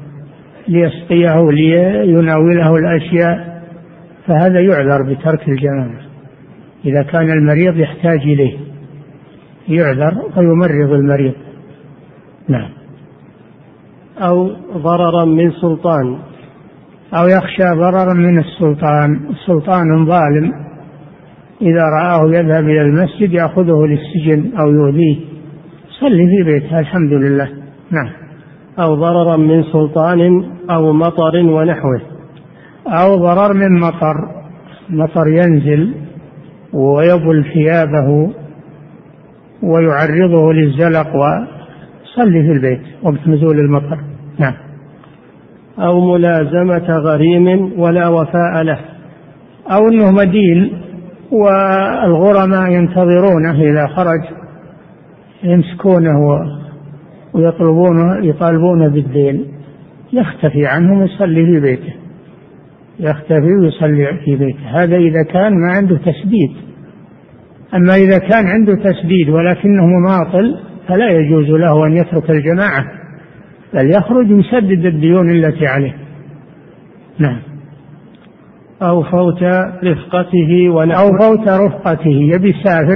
ليسقيه ليناوله الأشياء، فهذا يعذر بترك الجماعة. إذا كان المريض يحتاج إليه يعذر ويمرض المريض. نعم. أو ضررا من سلطان، أو يخشى ضررا من السلطان، سلطان ظالم إذا رآه يذهب إلى المسجد يأخذه للسجن أو يؤذيه، صلي في بيته الحمد لله. نعم. أو ضررا من سلطان أو مطر ونحوه. أو ضرر من مطر، مطر ينزل ويبل ثيابه ويعرضه للزلق، وصلي في البيت وقت نزول المطر. نعم. أو ملازمة غريم ولا وفاء له، أو أنه مدين والغرماء ينتظرونه إذا خرج يمسكونه ويطلبونه يطالبونه بالدين، يختفي عنهم ويصلي في بيته، يختفي ويصلي في بيته. هذا إذا كان ما عنده تسديد. أما إذا كان عنده تسديد ولكنه مماطل فلا يجوز له أن يترك الجماعة، بل يخرج يسدد الديون التي عليه. نعم. أو فوت رفقته ونحوه. أو فوت رفقته، يبي يسافر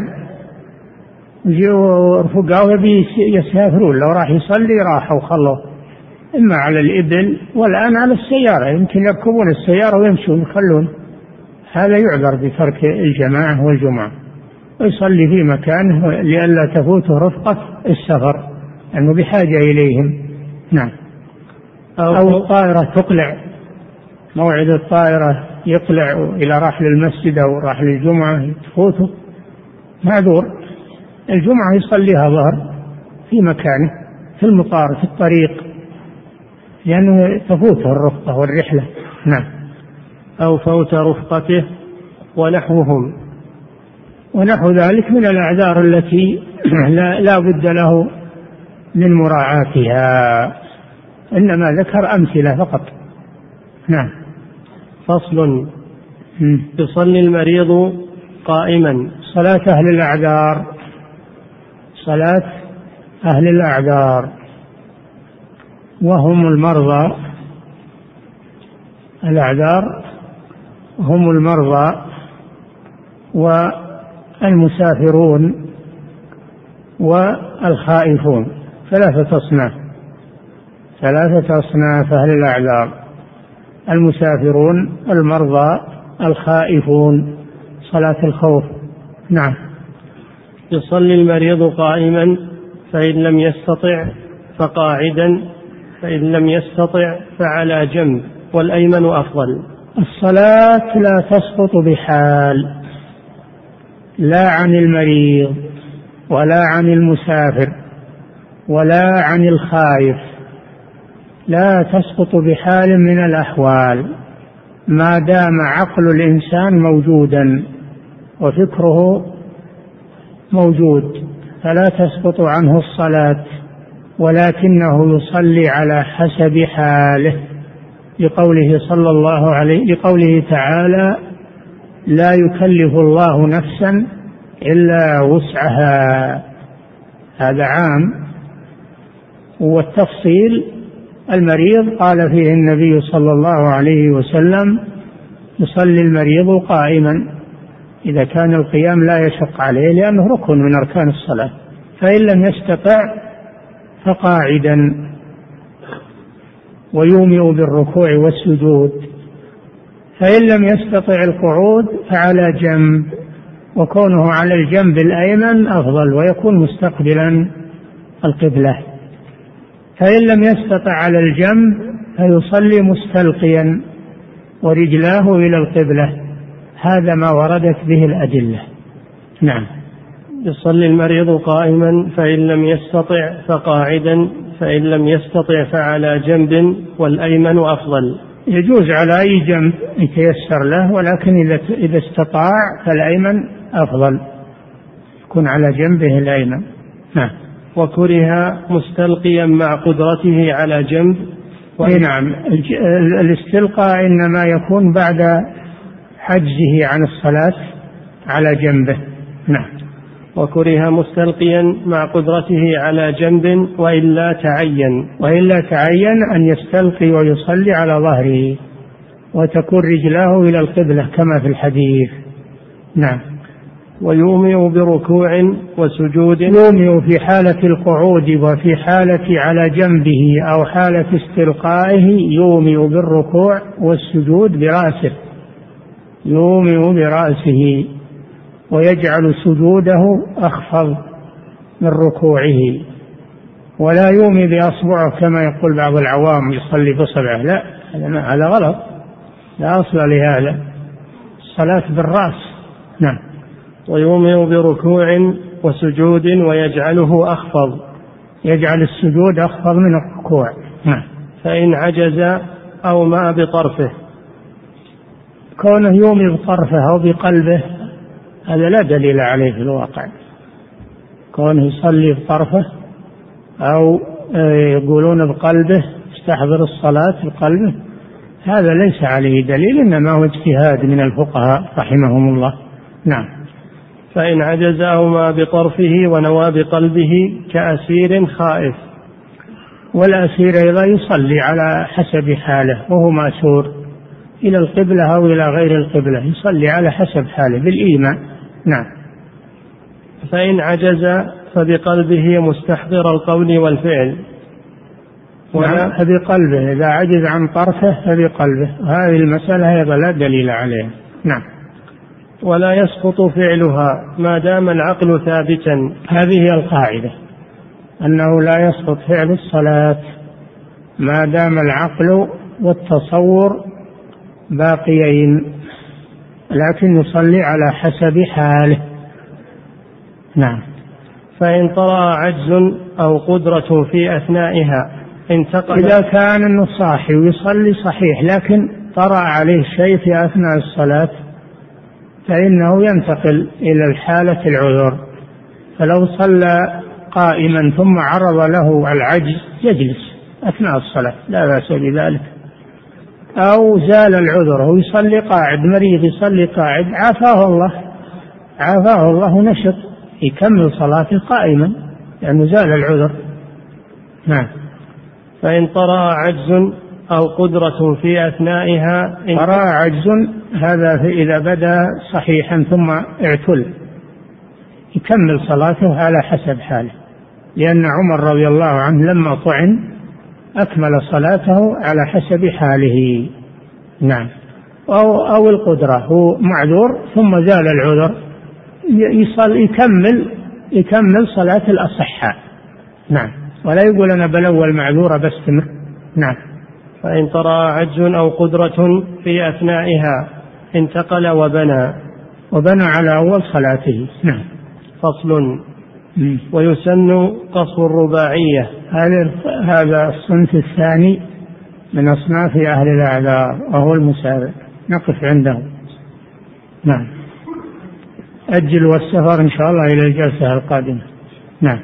رفقه يبي يسافرون، لو راح يصلي راحوا وخلوا، إما على الإبل والآن على السيارة، يمكن يركبون السيارة ويمشون يخلون، هذا يعذر بترك الجماعة والجمعة ويصلي في مكانه لئلا تفوته رفقة السفر لأنه بحاجة إليهم. نعم. أو, أو الطائرة تقلع، موعد الطائرة يقلع إلى راح للمسجد أو راح للجمعة تفوته، معذور. الجمعة يصليها ظهر في مكانه في المطار في الطريق لأنه تفوته الرفقة والرحلة. نعم. أو فوت رفقته ونحوهم، ونحو ذلك من الأعذار التي لا, لا بد له من مراعاتها، إنما ذكر أمثلة فقط. نعم. فصل. يصلي المريض قائما. صلاة أهل الأعذار، صلاة أهل الأعذار وهم المرضى، الأعذار هم المرضى والمسافرون والخائفون، ثلاثة أصناف، ثلاثة أصناف أهل الأعذار: المسافرون، المرضى، الخائفون، صلاة الخوف. نعم. يصلي المريض قائما، فإن لم يستطع فقاعدا، فإن لم يستطع فعلى جنب، والأيمن أفضل. الصلاة لا تسقط بحال، لا عن المريض ولا عن المسافر ولا عن الخائف، لا تسقط بحال من الأحوال ما دام عقل الإنسان موجودا وفكره موجود، فلا تسقط عنه الصلاة، ولكنه يصلي على حسب حاله، لقوله صلى الله عليه لقوله تعالى: لا يكلف الله نفسا إلا وسعها. هذا عام، والتفصيل المريض قال فيه النبي صلى الله عليه وسلم: يصلي المريض قائما إذا كان القيام لا يشق عليه لأنه ركن من أركان الصلاة، فإن لم يستطع فقاعدا، ويومئ بالركوع والسجود، فإن لم يستطع القعود فعلى جنب، وكونه على الجنب الأيمن أفضل ويكون مستقبلا القبلة، فإن لم يستطع على الجنب فيصلي مستلقيا ورجلاه إلى القبلة. هذا ما وردت به الأدلة. نعم. يصلي المريض قائما، فإن لم يستطع فقاعدا، فإن لم يستطع فعلى جنب، والأيمن أفضل. يجوز على أي جنب يتيسر له، ولكن إذا إذا استطاع فالأيمن أفضل، يكون على جنبه الأيمن. نعم. وكره مستلقيا مع قدرته على جنب. أي نعم. الاستلقاء إنما يكون بعد حجزه عن الصلاة على جنبه. نعم. وكره مستلقيا مع قدرته على جنب وإلا تعين وإلا تعين أن يستلقي ويصلي على ظهره وتكون رجلاه إلى القبلة كما في الحديث. نعم. ويومئ بركوع وسجود. يومئ في حالة القعود وفي حالة على جنبه أو حالة استلقائه يومئ بالركوع والسجود برأسه، يومئ برأسه ويجعل سجوده أخفض من ركوعه، ولا يومئ بأصبعه كما يقول بعض العوام يصلي بصبعه، لا هذا غلط، لا أصل لهذا، الصلاة بالرأس. نعم. ويومئ بركوع وسجود ويجعله أخفض، يجعل السجود أخفض من الركوع. نعم. فإن عجز أو ما بطرفه. كونه يومئ بطرفه أو بقلبه هذا لا دليل عليه في الواقع، كونه يصلي بطرفه أو يقولون بقلبه استحضر الصلاة بقلبه هذا ليس عليه دليل، إنما هو اجتهاد من الفقهاء رحمهم الله. نعم. فإن عجز أو ما بطرفه ونوى بقلبه كأسير خائف. والأسير أيضا يصلي على حسب حاله، وهو مأسور إلى القبلة أو إلى غير القبلة يصلي على حسب حاله بالإيمان. نعم. فإن عجز فبقلبه مستحضر القول والفعل. نعم فبقلبه، إذا عجز عن طرفه فبقلبه، هذه المسألة أيضا لا دليل عليها. نعم. ولا يسقط فعلها ما دام العقل ثابتا. هذه القاعدة، أنه لا يسقط فعل الصلاة ما دام العقل والتصور باقيين، لكن يصلي على حسب حاله. نعم. فإن طرأ عجز أو قدرة في أثنائها انتقل. إذا كان أنه صاحي ويصلي صحيح لكن طرأ عليه شيء في أثناء الصلاة فإنه ينتقل إلى الحالة العذر، فلو صلى قائما ثم عرض له العجز يجلس أثناء الصلاة لا بأس بذلك. أو زال العذر هو يصلي قاعد، مريض يصلي قاعد عافاه الله عافاه الله نشط يكمل صلاته قائما لأنه زال العذر. نعم. فإن طرأ عجز أو قدرة في أثنائها. طرأ عجز هذا إذا بدأ صحيحا ثم اعتل يكمل صلاته على حسب حاله، لأن عمر رضي الله عنه لما طعن أكمل صلاته على حسب حاله. نعم. أو, أو القدرة هو معذور ثم زال العذر يصل يكمل يكمل صلاة الأصحاء. نعم. ولا يقول أنا بلوى المعذور بستمر. نعم. فإن طرأ عجز أو قدرة في أثنائها انتقل وبنى وبنى على أول صلاته. نعم. فصل. ويسن قصر الرباعية. هذا هذا الصنف الثاني من أصناف أهل الأعذار وهو المسافر، نقف عنده. نعم. أجل والسفر إن شاء الله إلى الجلسة القادمة. نعم.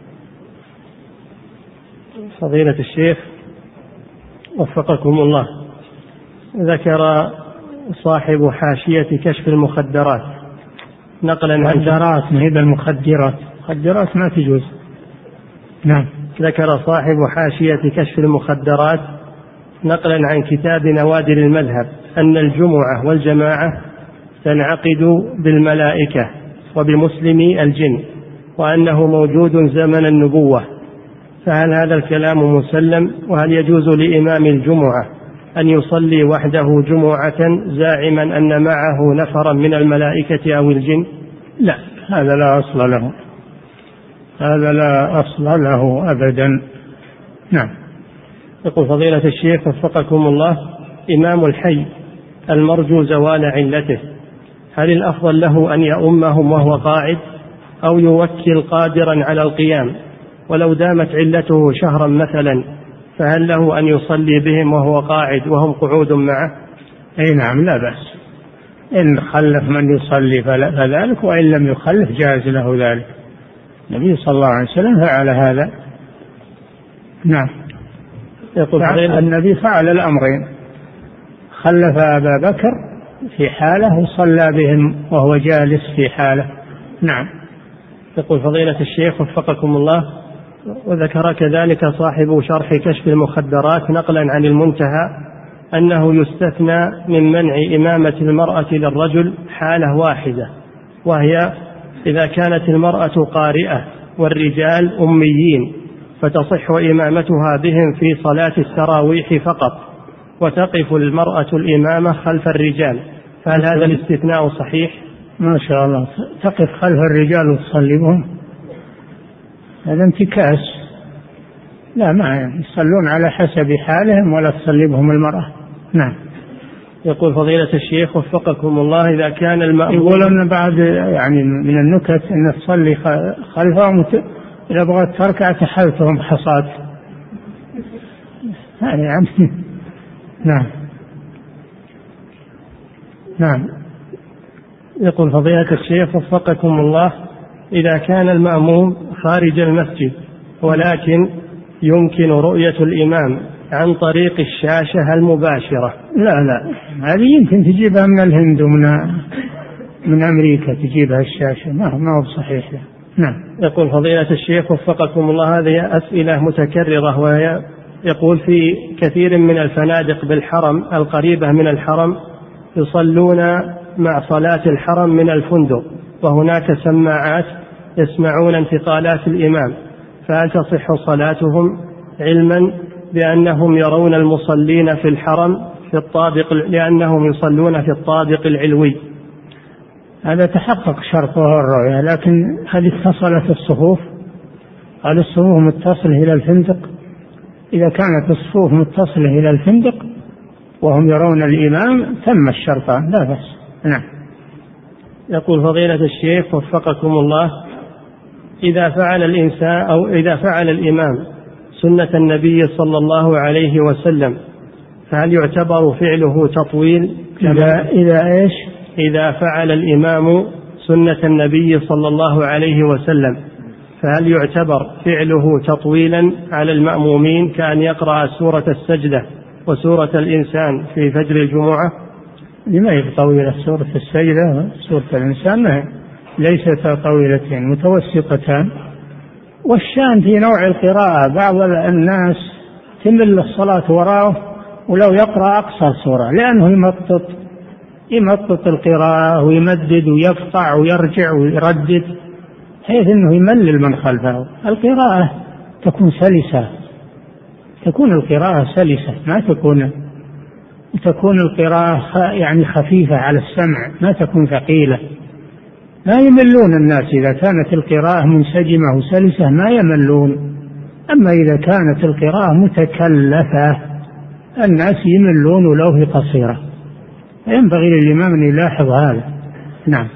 فضيلة الشيخ وفقكم الله، ذكر صاحب حاشية كشف المخدرات نقلا عن المخدرات ما هي المخدرات، مخدرات ما تجوز. نعم. ذكر صاحب حاشية كشف المخدرات نقلا عن كتاب نوادر المذهب أن الجمعة والجماعة تنعقد بالملائكة وبمسلمي الجن، وأنه موجود زمن النبوة، فهل هذا الكلام مسلم؟ وهل يجوز لإمام الجمعة أن يصلي وحده جمعة زاعما أن معه نفرا من الملائكة أو الجن؟ لا، هذا لا أصل له، هذا لا أصل له أبدا. نعم. يقول فضيلة الشيخ وفقكم الله، إمام الحي المرجو زوال علته، هل الأفضل له أن يؤمهم وهو قاعد أو يوكل قادرا على القيام؟ ولو دامت علته شهرا مثلا فهل له أن يصلي بهم وهو قاعد وهم قعود معه؟ أي نعم لا بأس، إن خلف من يصلي فذلك، وإن لم يخلف جاز له ذلك. النبي صلى الله عليه وسلم فعل هذا. نعم. يقول النبي فعل الأمرين، خلف أبا بكر في حالة وصلى بهم وهو جالس في حالة. نعم. يقول فضيلة الشيخ وفقكم الله، وذكر كذلك صاحب شرح كشف المخدرات نقلا عن المنتهى أنه يستثنى من منع إمامة المرأة للرجل حالة واحدة، وهي إذا كانت المرأة قارئة والرجال أميين، فتصح إمامتها بهم في صلاة التراويح فقط، وتقف المرأة الإمامة خلف الرجال، فهل هذا الاستثناء صحيح؟ ما شاء الله، تقف خلف الرجال وتصلي بهم، هذا انتكاس. لا، ما يصلون على حسب حالهم ولا تصلي بهم المرأة. نعم. يقول فضيلة الشيخ وفقكم الله، إذا كان المأموم يقول أن بعد يعني من النكت أن تصلي خلفهم إذا بغت تركع تحلتهم حصاد يعني. نعم نعم. يقول فضيلة الشيخ وفقكم الله، إذا كان المأموم خارج المسجد ولكن يمكن رؤية الإمام عن طريق الشاشة المباشرة. لا لا، هذه يمكن تجيبها من الهند ومن من أمريكا، تجيبها الشاشة، ما هو صحيح. نعم. يقول فضيلة الشيخ وفقكم الله، هذه أسئلة متكررة، وهي يقول في كثير من الفنادق بالحرم القريبة من الحرم يصلون مع صلاة الحرم من الفندق، وهناك سماعات يسمعون انتقالات الإمام، فهل تصح صلاتهم علما بأنهم يرون المصلين في الحرم في الطابق، لأنهم يصلون في الطابق العلوي؟ هذا تحقق شرطه الرؤية، لكن هل اتصلت الصفوف؟ هل الصفوف متصلة إلى الفندق؟ إذا كانت الصفوف متصلة إلى الفندق وهم يرون الإمام تم الشرطان، لا بأس. نعم. يقول فضيلة الشيخ وفقكم الله، إذا فعل الإنسان أو إذا فعل الإمام سنة النبي صلى الله عليه وسلم، فهل يعتبر فعله تطويل؟ إذا, إذا إيش؟ إذا فعل الإمام سنة النبي صلى الله عليه وسلم، فهل يعتبر فعله تطويلا على المأمومين كأن يقرأ سورة السجدة وسورة الإنسان في فجر الجمعة؟ لما يطول سورة السجدة سورة الإنسان ليست طويلتين، متوسطتان. والشان في نوع القراءة، بعض الناس تمل الصلاة وراءه ولو يقرأ أقصر سورة، لأنه يمطط يمطط القراءة ويمدد ويقطع ويرجع ويردد، حيث أنه يملل من خلفه. القراءة تكون سلسة، تكون القراءة سلسة، ما تكون تكون القراءة يعني خفيفة على السمع، ما تكون ثقيلة. ما يملون الناس إذا كانت القراءة منسجمة وسلسة، ما يملون. أما إذا كانت القراءة متكلفة الناس يملون ولو هي قصيرة، ينبغي للإمام أن يلاحظ هذا. نعم.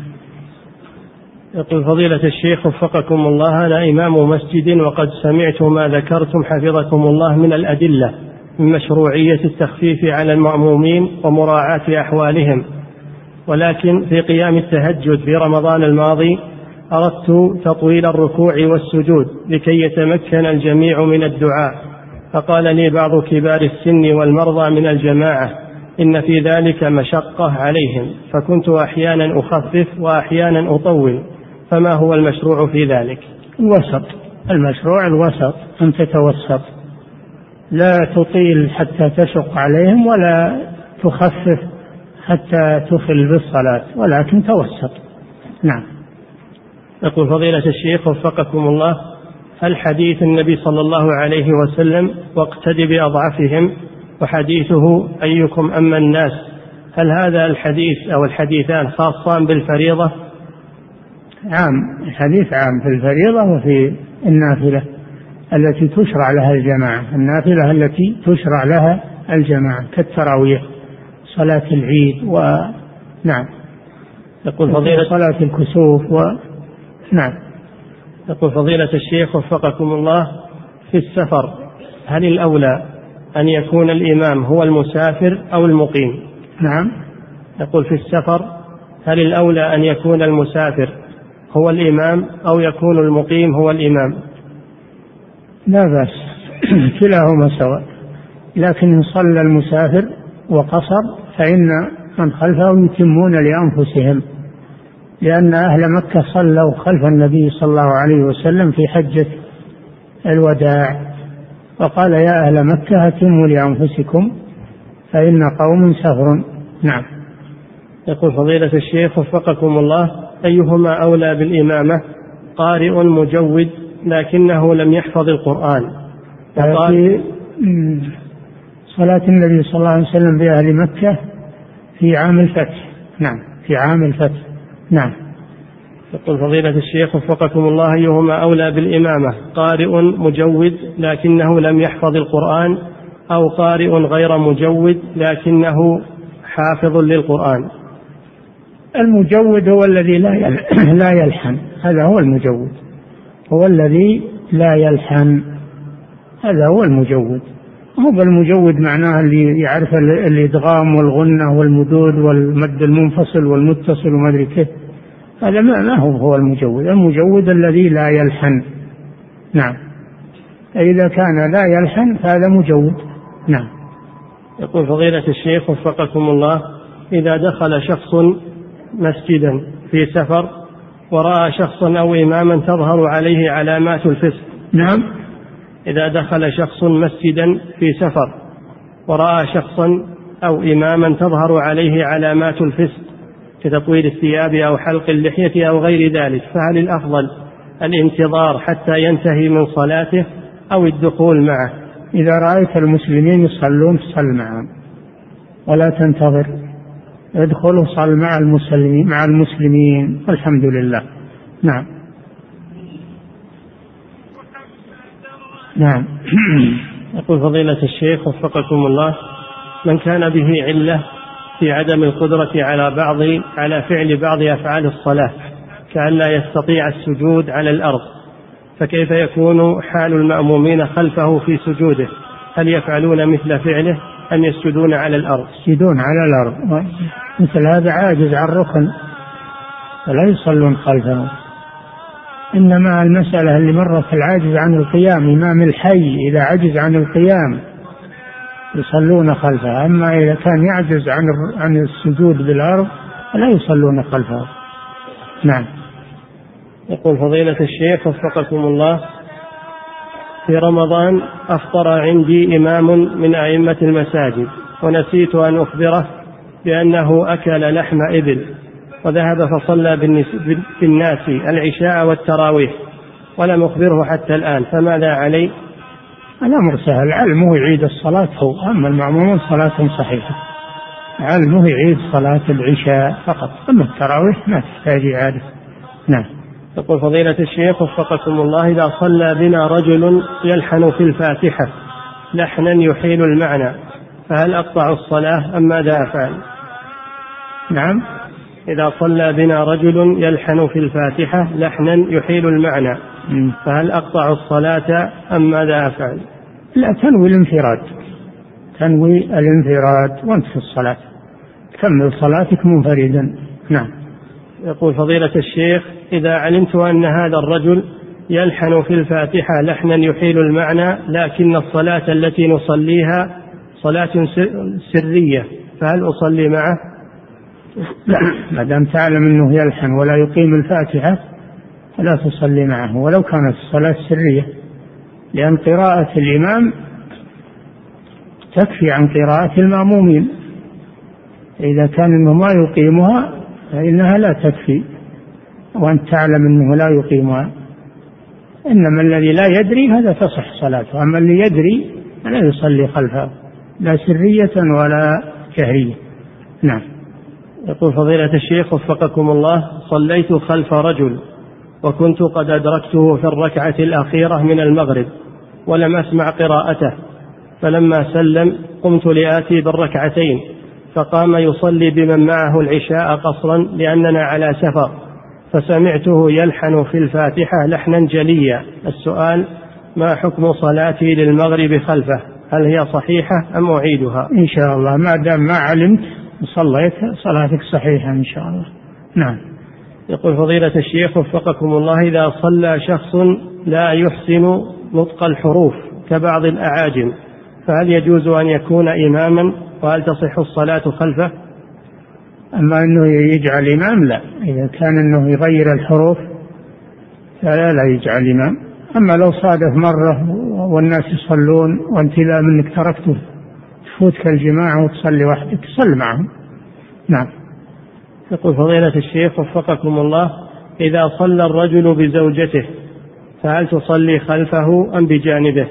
يقول فضيلة الشيخ وفقكم الله، أنا إمام مسجد وقد سمعت ما ذكرتم حفظكم الله من الأدلة من مشروعية التخفيف على المأمومين ومراعاة أحوالهم، ولكن في قيام التهجد في رمضان الماضي أردت تطويل الركوع والسجود لكي يتمكن الجميع من الدعاء، فقال لي بعض كبار السن والمرضى من الجماعة إن في ذلك مشقة عليهم، فكنت أحيانا أخفف وأحيانا أطول، فما هو المشروع في ذلك؟ الوسط، المشروع الوسط، أن تتوسط، لا تطيل حتى تشق عليهم ولا تخفف حتى تخل بالصلاة، ولكن توسط. نعم. يقول فضيلة الشيخ وفقكم الله، هل حديث النبي صلى الله عليه وسلم واقتد بأضعفهم وحديثه أيكم أما الناس، هل هذا الحديث أو الحديثان خاصان بالفريضة؟ عام، الحديث عام في الفريضة وفي النافلة التي تشرع لها الجماعة، النافلة التي تشرع لها الجماعة كالتراويح، صلاة العيد، و نعم، يقول فضيلة صلاة الكسوف، و نعم. يقول فضيلة الشيخ وفقكم الله، في السفر هل الأولى أن يكون الإمام هو المسافر أو المقيم؟ نعم. يقول في السفر هل الأولى أن يكون المسافر هو الإمام أو يكون المقيم هو الإمام؟ لا بأس، كلاهما سواء، لكن إن صلى المسافر وقصر فإن من خلفه يتمون لأنفسهم، لأن أهل مكة صلوا خلف النبي صلى الله عليه وسلم في حجة الوداع، وقال يا أهل مكة أتموا لأنفسكم فإن قوم سفر. نعم. يقول فضيلة الشيخ وفقكم الله: أيهما أولى بالإمامة، قارئ مجود لكنه لم يحفظ القرآن؟ في صلاة النبي صلى الله عليه وسلم بأهل مكة في عام الفتح. نعم، في عام الفتح. نعم. يقول فضيلة الشيخ وفقكم الله: أيهما أولى بالإمامة، قارئ مجود لكنه لم يحفظ القرآن، أو قارئ غير مجود لكنه حافظ للقرآن؟ المجود هو الذي لا يلحن، هذا هو المجود، هو الذي لا يلحن، هذا هو المجود. هو المجود معناه اللي يعرف الإدغام والغنة والمدود والمد المنفصل والمتصل وما أدري كيف، هذا ما هو هو المجود. المجود الذي لا يلحن. نعم. إذا كان لا يلحن فهذا مجود. نعم. يقول فضيلة الشيخ وفقكم الله: إذا دخل شخص مسجدا في سفر ورأى شخصا أو إماما تظهر عليه علامات الفسق. نعم. إذا دخل شخص مسجدا في سفر ورأى شخصا أو إماما تظهر عليه علامات الفسق كتطويل الثياب أو حلق اللحية أو غير ذلك، فهل الأفضل الانتظار حتى ينتهي من صلاته أو الدخول معه؟ إذا رأيت المسلمين يصلون صل معهم ولا تنتظر، ادخل وصل مع المسلمين مع المسلمين والحمد لله. نعم. نعم. يقول فضيلة الشيخ وفقكم الله: من كان به علة في عدم القدرة على بعض على فعل بعض أفعال الصلاة كأن لا يستطيع السجود على الأرض، فكيف يكون حال المأمومين خلفه في سجوده؟ هل يفعلون مثل فعله أم يسجدون على الأرض؟ يسجدون على الأرض، مثل هذا عاجز عن ركن فلا يصلون خلفه. إنما المسألة اللي مرت العاجز عن القيام، إمام الحي إذا عجز عن القيام يصلون خلفه، أما إذا كان يعجز عن عن السجود بالأرض فلا يصلون خلفه. نعم. يقول فضيلة الشيخ وفقكم الله: في رمضان أفطر عندي إمام من أئمة المساجد ونسيت أن أخبره بأنه أكل لحم إبل، وذهب فصلى بالناس العشاء والتراويح ولم أخبره حتى الآن، فماذا علي؟ الأمر سهل، علمه يعيد الصلاة هو، أما المأمومون صلاة صحيحة، علمه يعيد صلاة العشاء فقط، أما التراويح ما تحتاج إعادة. نعم. يقول فضيلة الشيخ وفقكم الله: إذا صلى بنا رجل يلحن في الفاتحة لحنا يحيل المعنى فهل أقطع الصلاة أم ماذا أفعل؟ نعم. إذا صلى بنا رجل يلحن في الفاتحة لحنا يحيل المعنى فهل أقطع الصلاة أم ماذا أفعل؟ لا، تنوي الانفراد، تنوي الانفراد وانت في الصلاة، كمل صلاتك منفردا. نعم. يقول فضيلة الشيخ: إذا علمت أن هذا الرجل يلحن في الفاتحة لحنا يحيل المعنى لكن الصلاة التي نصليها صلاة سرية فهل أصلي معه؟ لا، ما دام تعلم أنه يلحن ولا يقيم الفاتحة فلا تصلي معه ولو كانت الصلاة سرية، لأن قراءة الإمام تكفي عن قراءة المأمومين، إذا كان أنه ما يقيمها فإنها لا تكفي وأنت تعلم أنه لا يقيمها. إنما الذي لا يدري هذا تصح صلاته، أما اللي يدري لا يصلي خلفه لا سرية ولا جهرية. نعم. يقول فضيلة الشيخ وفقكم الله: صليت خلف رجل وكنت قد أدركته في الركعة الأخيرة من المغرب ولم أسمع قراءته، فلما سلم قمت لآتي بالركعتين فقام يصلي بمن معه العشاء قصرا لأننا على سفر، فسمعته يلحن في الفاتحة لحنا جليا. السؤال: ما حكم صلاتي للمغرب خلفه؟ هل هي صحيحة أم أعيدها؟ إن شاء الله ما دام ما علمت صليت صلاتك صحيحة إن شاء الله. نعم. يقول فضيلة الشيخ وفقكم الله: إذا صلى شخص لا يحسن نطق الحروف كبعض أما أنه يجعل إمام لا، إذا كان أنه يغير الحروف فلا لا يجعل إمام. أما لو صادف مرة والناس يصلون وأنت لا منك تركته تفوتك الجماعة وتصلي وحدك تصلي معهم. نعم. يقول فضيلة الشيخ وفقكم الله: إذا صلى الرجل بزوجته فهل تصلي خلفه أم بجانبه؟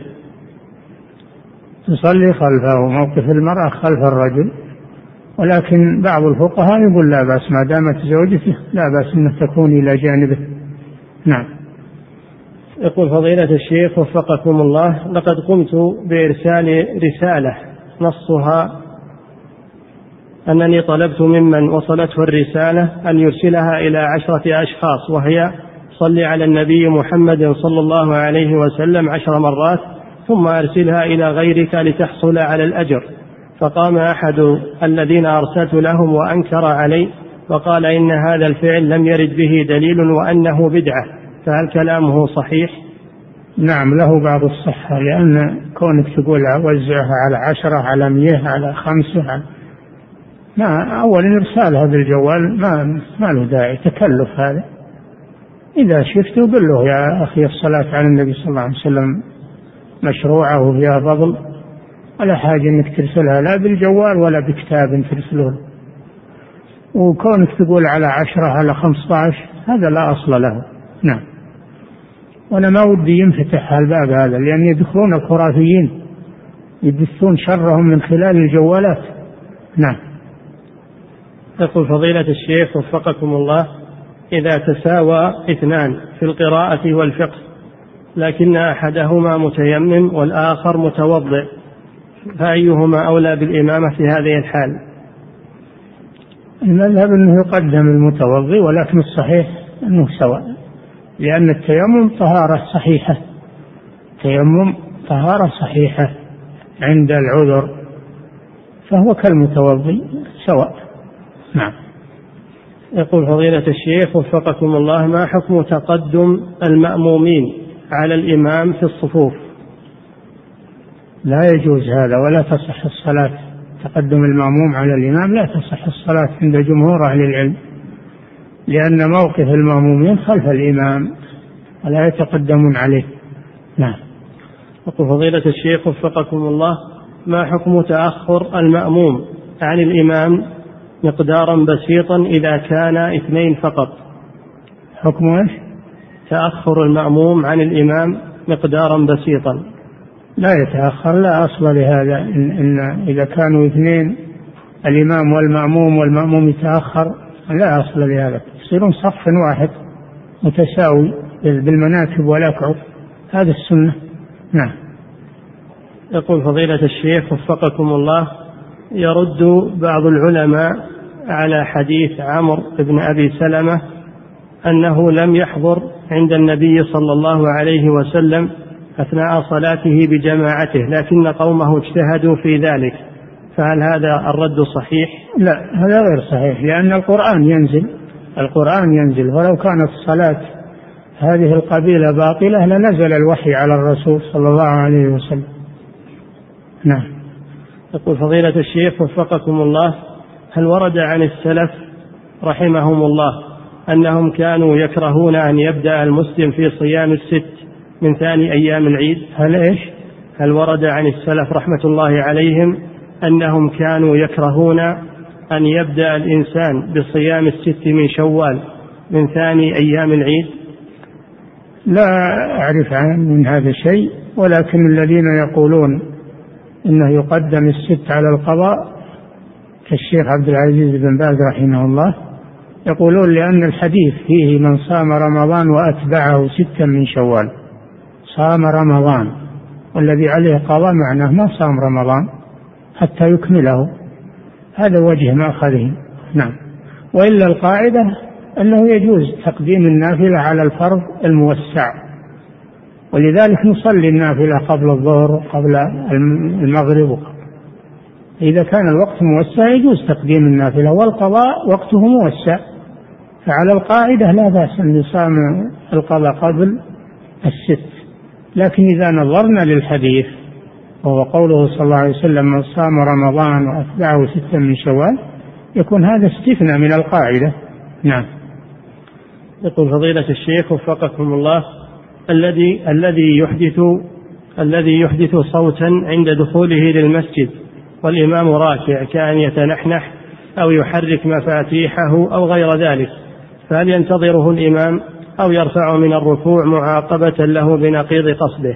تصلي خلفه، موقف المرأة خلف الرجل، ولكن بعض الفقهاء يقول لا بأس ما دامت زوجته لا بأس أن تكون إلى جانبه. نعم. يقول فضيلة الشيخ وفقكم الله: لقد قمت بإرسال رسالة نصها أنني طلبت ممن وصلته الرسالة أن يرسلها إلى عشرة أشخاص، وهي: صل على النبي محمد صلى الله عليه وسلم عشر مرات ثم أرسلها إلى غيرك لتحصل على الأجر. فقام أحد الذين أرسلت لهم وأنكر علي وقال إن هذا الفعل لم يرد به دليل وأنه بدعة، فهل كلامه صحيح؟ نعم، له بعض الصحة، لأن كونك تقول وزعها على عشرة على مئة على خمسة على ما أول إرسال هذا الجوال ما ما له داعي تكلف هذا. إذا شفته قل له يا أخي الصلاة على النبي صلى الله عليه وسلم مشروعة وفيها فضل، ولا حاجة أنك ترسلها لا بالجوال ولا بكتاب ترسله. وكونك تقول على عشرة على خمسة عشر هذا لا أصل له. نعم. وأنا ما ودي ينفتح الباب هذا، لأن يدخلون الخرافيين يبثون شرهم من خلال الجوالات. نعم. يقول فضيلة الشيخ وفقكم الله: إذا تساوى اثنان في القراءة والفقه لكن أحدهما متيمم والآخر متوضئ، فأيهما أولى بالإمامة في هذه الحال؟ المذهب أنه يقدم المتوضئ، ولكن الصحيح أنه سواء، لأن التيمم طهارة صحيحة، التيمم طهارة صحيحة عند العذر، فهو كالمتوضئ سواء. نعم. يقول فضيلة الشيخ وفقكم الله: ما حكم تقدم المأمومين على الإمام في الصفوف؟ لا يجوز هذا، ولا تصح الصلاة. تقدم المأموم على الإمام لا تصح الصلاة عند جمهور أهل العلم، لأن موقف المأمومين خلف الإمام ولا يتقدمون عليه. نعم. يقول فضيلة الشيخ وفقكم الله: ما حكم تأخر المأموم عن الإمام مقدارا بسيطا إذا كان اثنين فقط؟ حكم ايش؟ تأخر المأموم عن الإمام مقدارا بسيطا. لا يتأخر، لا أصل لهذا. إن, إن إذا كانوا اثنين الإمام والمأموم والمأموم يتأخر لا أصل لهذا، يصيرون صف واحد متساوي بالمناكب والأكعب، هذا السنة. نعم. يقول فضيلة الشيخ وفقكم الله: يرد بعض العلماء على حديث عمرو بن أبي سلمة أنه لم يحضر عند النبي صلى الله عليه وسلم أثناء صلاته بجماعته لكن قومه اجتهدوا في ذلك، فهل هذا الرد صحيح؟ لا، هذا غير صحيح، لأن القرآن ينزل القرآن ينزل ولو كانت صلاة هذه القبيلة باطلة لنزل الوحي على الرسول صلى الله عليه وسلم. نعم. يقول فضيلة الشيخ وفقكم الله: هل ورد عن السلف رحمهم الله أنهم كانوا يكرهون أن يبدأ المسلم في صيام الست من ثاني أيام العيد؟ هل إيش؟ هل ورد عن السلف رحمة الله عليهم أنهم كانوا يكرهون أن يبدأ الإنسان بصيام الست من شوال من ثاني أيام العيد؟ لا أعرف عن من هذا شيء، ولكن الذين يقولون إنه يقدم الست على القضاء كالشيخ عبد العزيز بن باز رحمه الله يقولون لأن الحديث فيه من صام رمضان وأتبعه ستا من شوال، صام رمضان والذي عليه قضاء معناه ما صام رمضان حتى يكمله، هذا وجه مأخذه. نعم. وإلا القاعدة أنه يجوز تقديم النافلة على الفرض الموسع، ولذلك نصلي النافلة قبل الظهر وقبل المغرب. إذا كان الوقت موسع يجوز تقديم النافلة، والقضاء وقته موسع، فعلى القاعدة لا بأس أن يصام القضاء قبل الست. لكن إذا نظرنا للحديث وهو قوله صلى الله عليه وسلم من صام رمضان وأتبعه ستا من شوال، يكون هذا استثناء من القاعدة. نعم. يقول فضيلة الشيخ وفقكم الله: الذي الذي يحدث الذي يحدث صوتا عند دخوله للمسجد والإمام راكع كأن يتنحنح أو يحرك مفاتيحه أو غير ذلك، فهل ينتظره الإمام أو يرفع من الركوع معاقبة له بنقيض قصده؟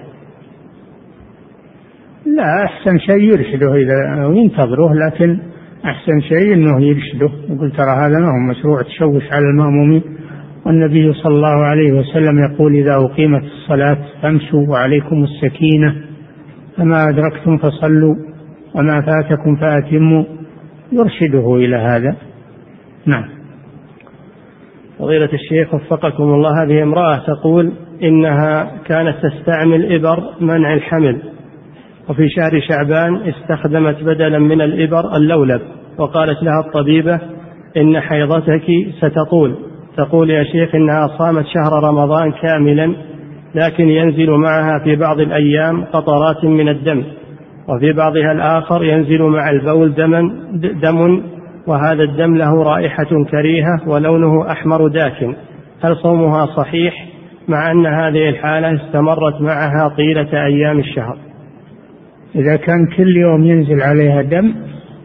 لا، أحسن شيء يرشده إذا ينتظره، لكن أحسن شيء أنه يرشده، يقول ترى هذا ما هو مشروع تشوش على المأمومين، والنبي صلى الله عليه وسلم يقول: إذا أقيمت الصلاة فامشوا وعليكم السكينة، فما أدركتم فصلوا وما فاتكم فأتموا، يرشده إلى هذا. نعم. فضيلة الشيخ وفقكم الله: هذه امرأة تقول إنها كانت تستعمل إبر منع الحمل، وفي شهر شعبان استخدمت بدلا من الإبر اللولب، وقالت لها الطبيبة إن حيضتك ستطول. تقول يا شيخ إنها صامت شهر رمضان كاملا، لكن ينزل معها في بعض الأيام قطرات من الدم، وفي بعضها الآخر ينزل مع البول دم, دم وهذا الدم له رائحة كريهة ولونه أحمر داكن، هل صومها صحيح مع أن هذه الحالة استمرت معها طيلة أيام الشهر؟ إذا كان كل يوم ينزل عليها دم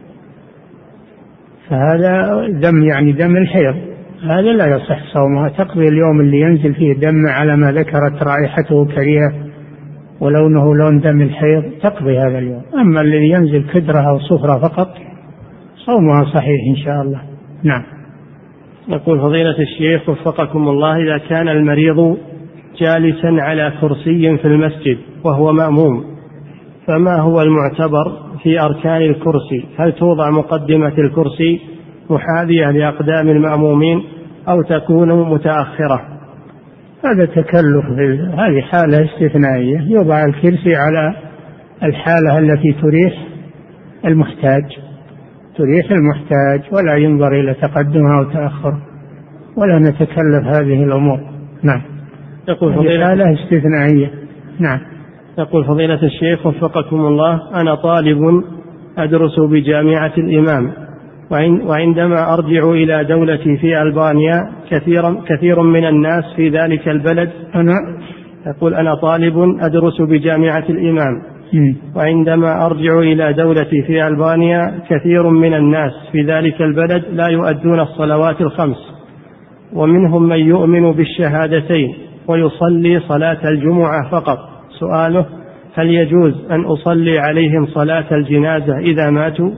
فهذا دم يعني دم الحيض، هذا لا يصح صومها، تقضي اليوم اللي ينزل فيه دم على ما ذكرت رائحته كريهة ولونه لون دم الحيض، تقضي هذا اليوم. أما الذي ينزل كدرة أو صفرة فقط صومها صحيح إن شاء الله. نعم. يقول فضيلة الشيخ وفقكم الله: إذا كان المريض جالسا على كرسي في المسجد وهو مأموم، فما هو المعتبر في أركان الكرسي؟ هل توضع مقدمة الكرسي محاذية لأقدام المأمومين أو تكون متأخرة؟ هذا تكلف، هذه حالة استثنائية، يوضع الكرسي على الحالة التي تريح المحتاج تريح المحتاج ولا ينظر إلى تقدمها أو تأخر، ولا نتكلف هذه الأمور. نعم. يقول فضيلة حالة استثنائية. نعم. يقول فضيلة الشيخ وفقكم الله: أنا طالب أدرس بجامعة الإمام، وعندما أرجع إلى دولتي في ألبانيا كثير, كثير من الناس في ذلك البلد أنا يقول أنا طالب أدرس بجامعة الإمام، وعندما أرجع إلى دولتي في ألبانيا كثير من الناس في ذلك البلد لا يؤدون الصلوات الخمس، ومنهم من يؤمن بالشهادتين ويصلي صلاة الجمعة فقط. سؤاله: هل يجوز أن أصلي عليهم صلاة الجنازة إذا ماتوا؟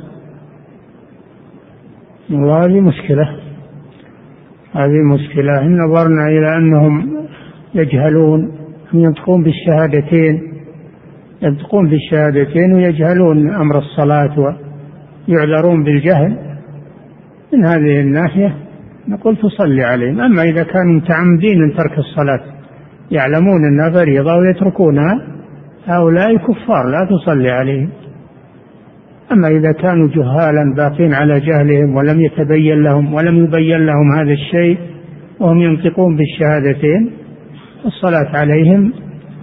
وهذه مشكلة هذه مشكلة إن نظرنا إلى أنهم يجهلون، هم ينطقون بالشهادتين ينطقون بالشهادتين ويجهلون أمر الصلاة ويعذرون بالجهل، من هذه الناحية نقول تصلي عليهم. أما إذا كانوا متعمدين من ترك الصلاة يعلمون أنها فريضة ويتركونها، هؤلاء كفار لا تصلي عليهم. أما إذا كانوا جهالا باقين على جهلهم ولم يتبين لهم ولم يبين لهم هذا الشيء وهم ينطقون بالشهادتين، الصلاة عليهم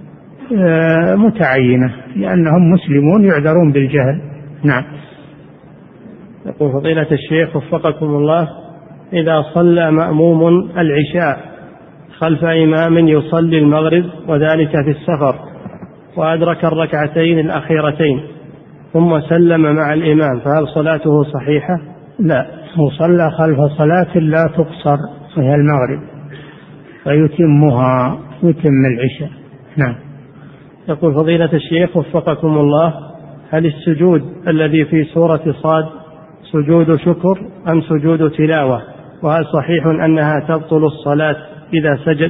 متعينة لأنهم مسلمون يعذرون بالجهل. نعم. يقول فضيلة الشيخ وفقكم الله: إذا صلى مأموم العشاء خلف إمام يصلي المغرب وذلك في السفر، وأدرك الركعتين الأخيرتين ثم سلم مع الإمام، فهل صلاته صحيحة؟ لا، هو صلى خلف صلاة لا تقصر وهي المغرب فيتمها يتم العشاء. نعم. يقول فضيلة الشيخ وفقكم الله: هل السجود الذي في سورة صاد سجود شكر أم سجود تلاوة؟ وهل صحيح أنها تبطل الصلاة إذا سجد؟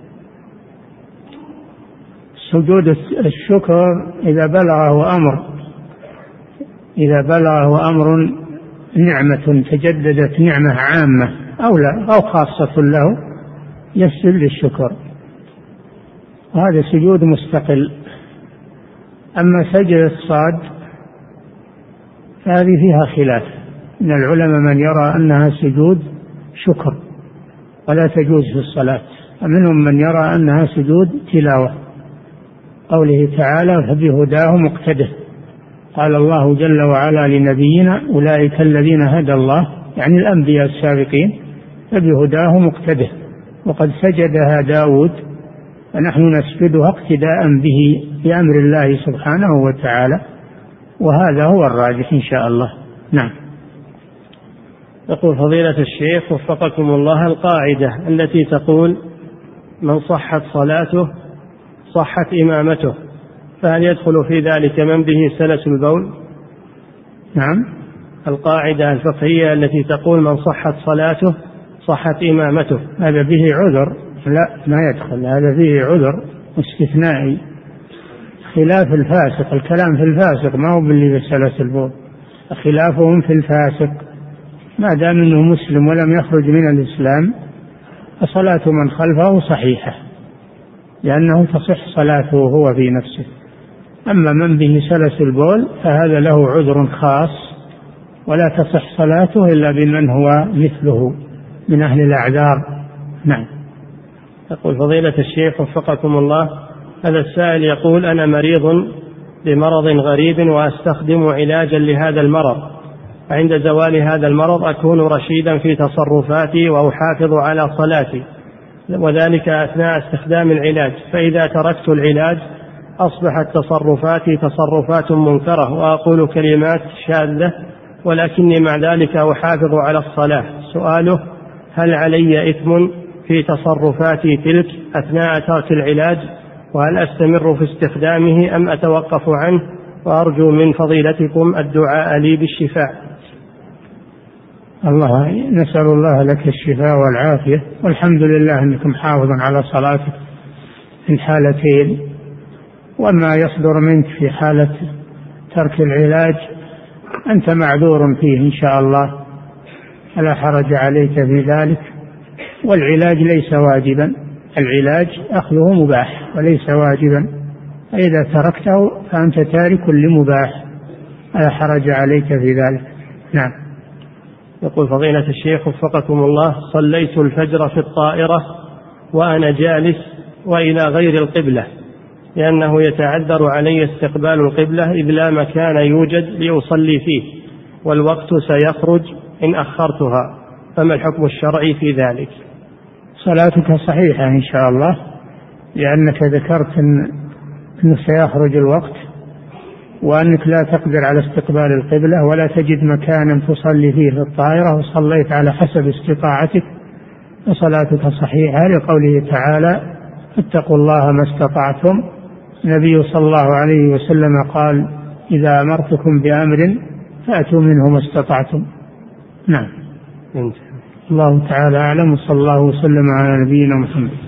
سجود الشكر إذا بلغه أمر إذا بلغه أمر نعمة تجددت، نعمة عامة أو لا أو خاصة له، يسجد للشكر، وهذا سجود مستقل. أما سجد الصاد فهذه فيها خلاف من العلماء، من يرى أنها سجود شكر ولا تجوز في الصلاة، ومنهم من يرى أنها سجود تلاوة، قوله تعالى: فبهداه مقتده. قال الله جل وعلا لنبينا: أولئك الذين هدى الله يعني الأنبياء السابقين، فبهداه مقتده. وقد سجدها داود ونحن نسجدها اقتداء به بأمر الله سبحانه وتعالى، وهذا هو الراجح إن شاء الله. نعم. يقول فضيلة الشيخ وفقكم الله، القاعدة التي تقول من صحت صلاته صحت إمامته، فهل يدخل في ذلك من به سلس البول؟ نعم. القاعدة الفقهية التي تقول من صحت صلاته صحت إمامته، هذا به عذر؟ لا، ما يدخل، هذا فيه عذر استثنائي، خلاف الفاسق. الكلام في الفاسق ما هو باللي بسلس البول، خلافهم في الفاسق. ما دام انه مسلم ولم يخرج من الإسلام فصلاة من خلفه صحيحة، لأنه تصح صلاته هو في نفسه. أما من به سلس البول فهذا له عذر خاص، ولا تصح صلاته إلا بمن هو مثله من أهل الأعذار. نعم. يقول فضيلة الشيخ وفقكم الله، هذا السائل يقول أنا مريض بمرض غريب وأستخدم علاجا لهذا المرض، عند زوال هذا المرض أكون رشيدا في تصرفاتي وأحافظ على صلاتي، وذلك أثناء استخدام العلاج، فإذا تركت العلاج أصبحت تصرفاتي تصرفات منكرة وأقول كلمات شاذة، ولكني مع ذلك أحافظ على الصلاة. سؤاله هل علي إثم في تصرفاتي تلك أثناء ترك العلاج، وهل أستمر في استخدامه أم أتوقف عنه، وأرجو من فضيلتكم الدعاء لي بالشفاء. الله نسأل الله لك الشفاء والعافية، والحمد لله أنكم حافظ على صلاتك في الحالتين، وما يصدر منك في حالة ترك العلاج أنت معذور فيه إن شاء الله، فلا حرج عليك في ذلك. والعلاج ليس واجبا، العلاج أخذه مباح وليس واجبا، فإذا تركته فأنت تارك لمباح، لا حرج عليك في ذلك. نعم. يقول فضيلة الشيخ وفقكم الله، صليت الفجر في الطائرة وأنا جالس وإلى غير القبلة، لأنه يتعذر علي استقبال القبلة إذ لا مكان يوجد لأصلي فيه، والوقت سيخرج إن أخرتها، فما الحكم الشرعي في ذلك؟ صلاتك صحيحة إن شاء الله، لأنك ذكرت إن أنه سيخرج الوقت وأنك لا تقدر على استقبال القبلة ولا تجد مكانا تصلي فيه في الطائرة، وصليت على حسب استطاعتك، فصلاتك صحيحة لقوله تعالى اتقوا الله ما استطعتم. النبي صلى الله عليه وسلم قال إذا أمرتكم بأمر فأتوا منه ما استطعتم. نعم. الله تعالى أعلم، وصلى الله وسلم على نبينا محمد.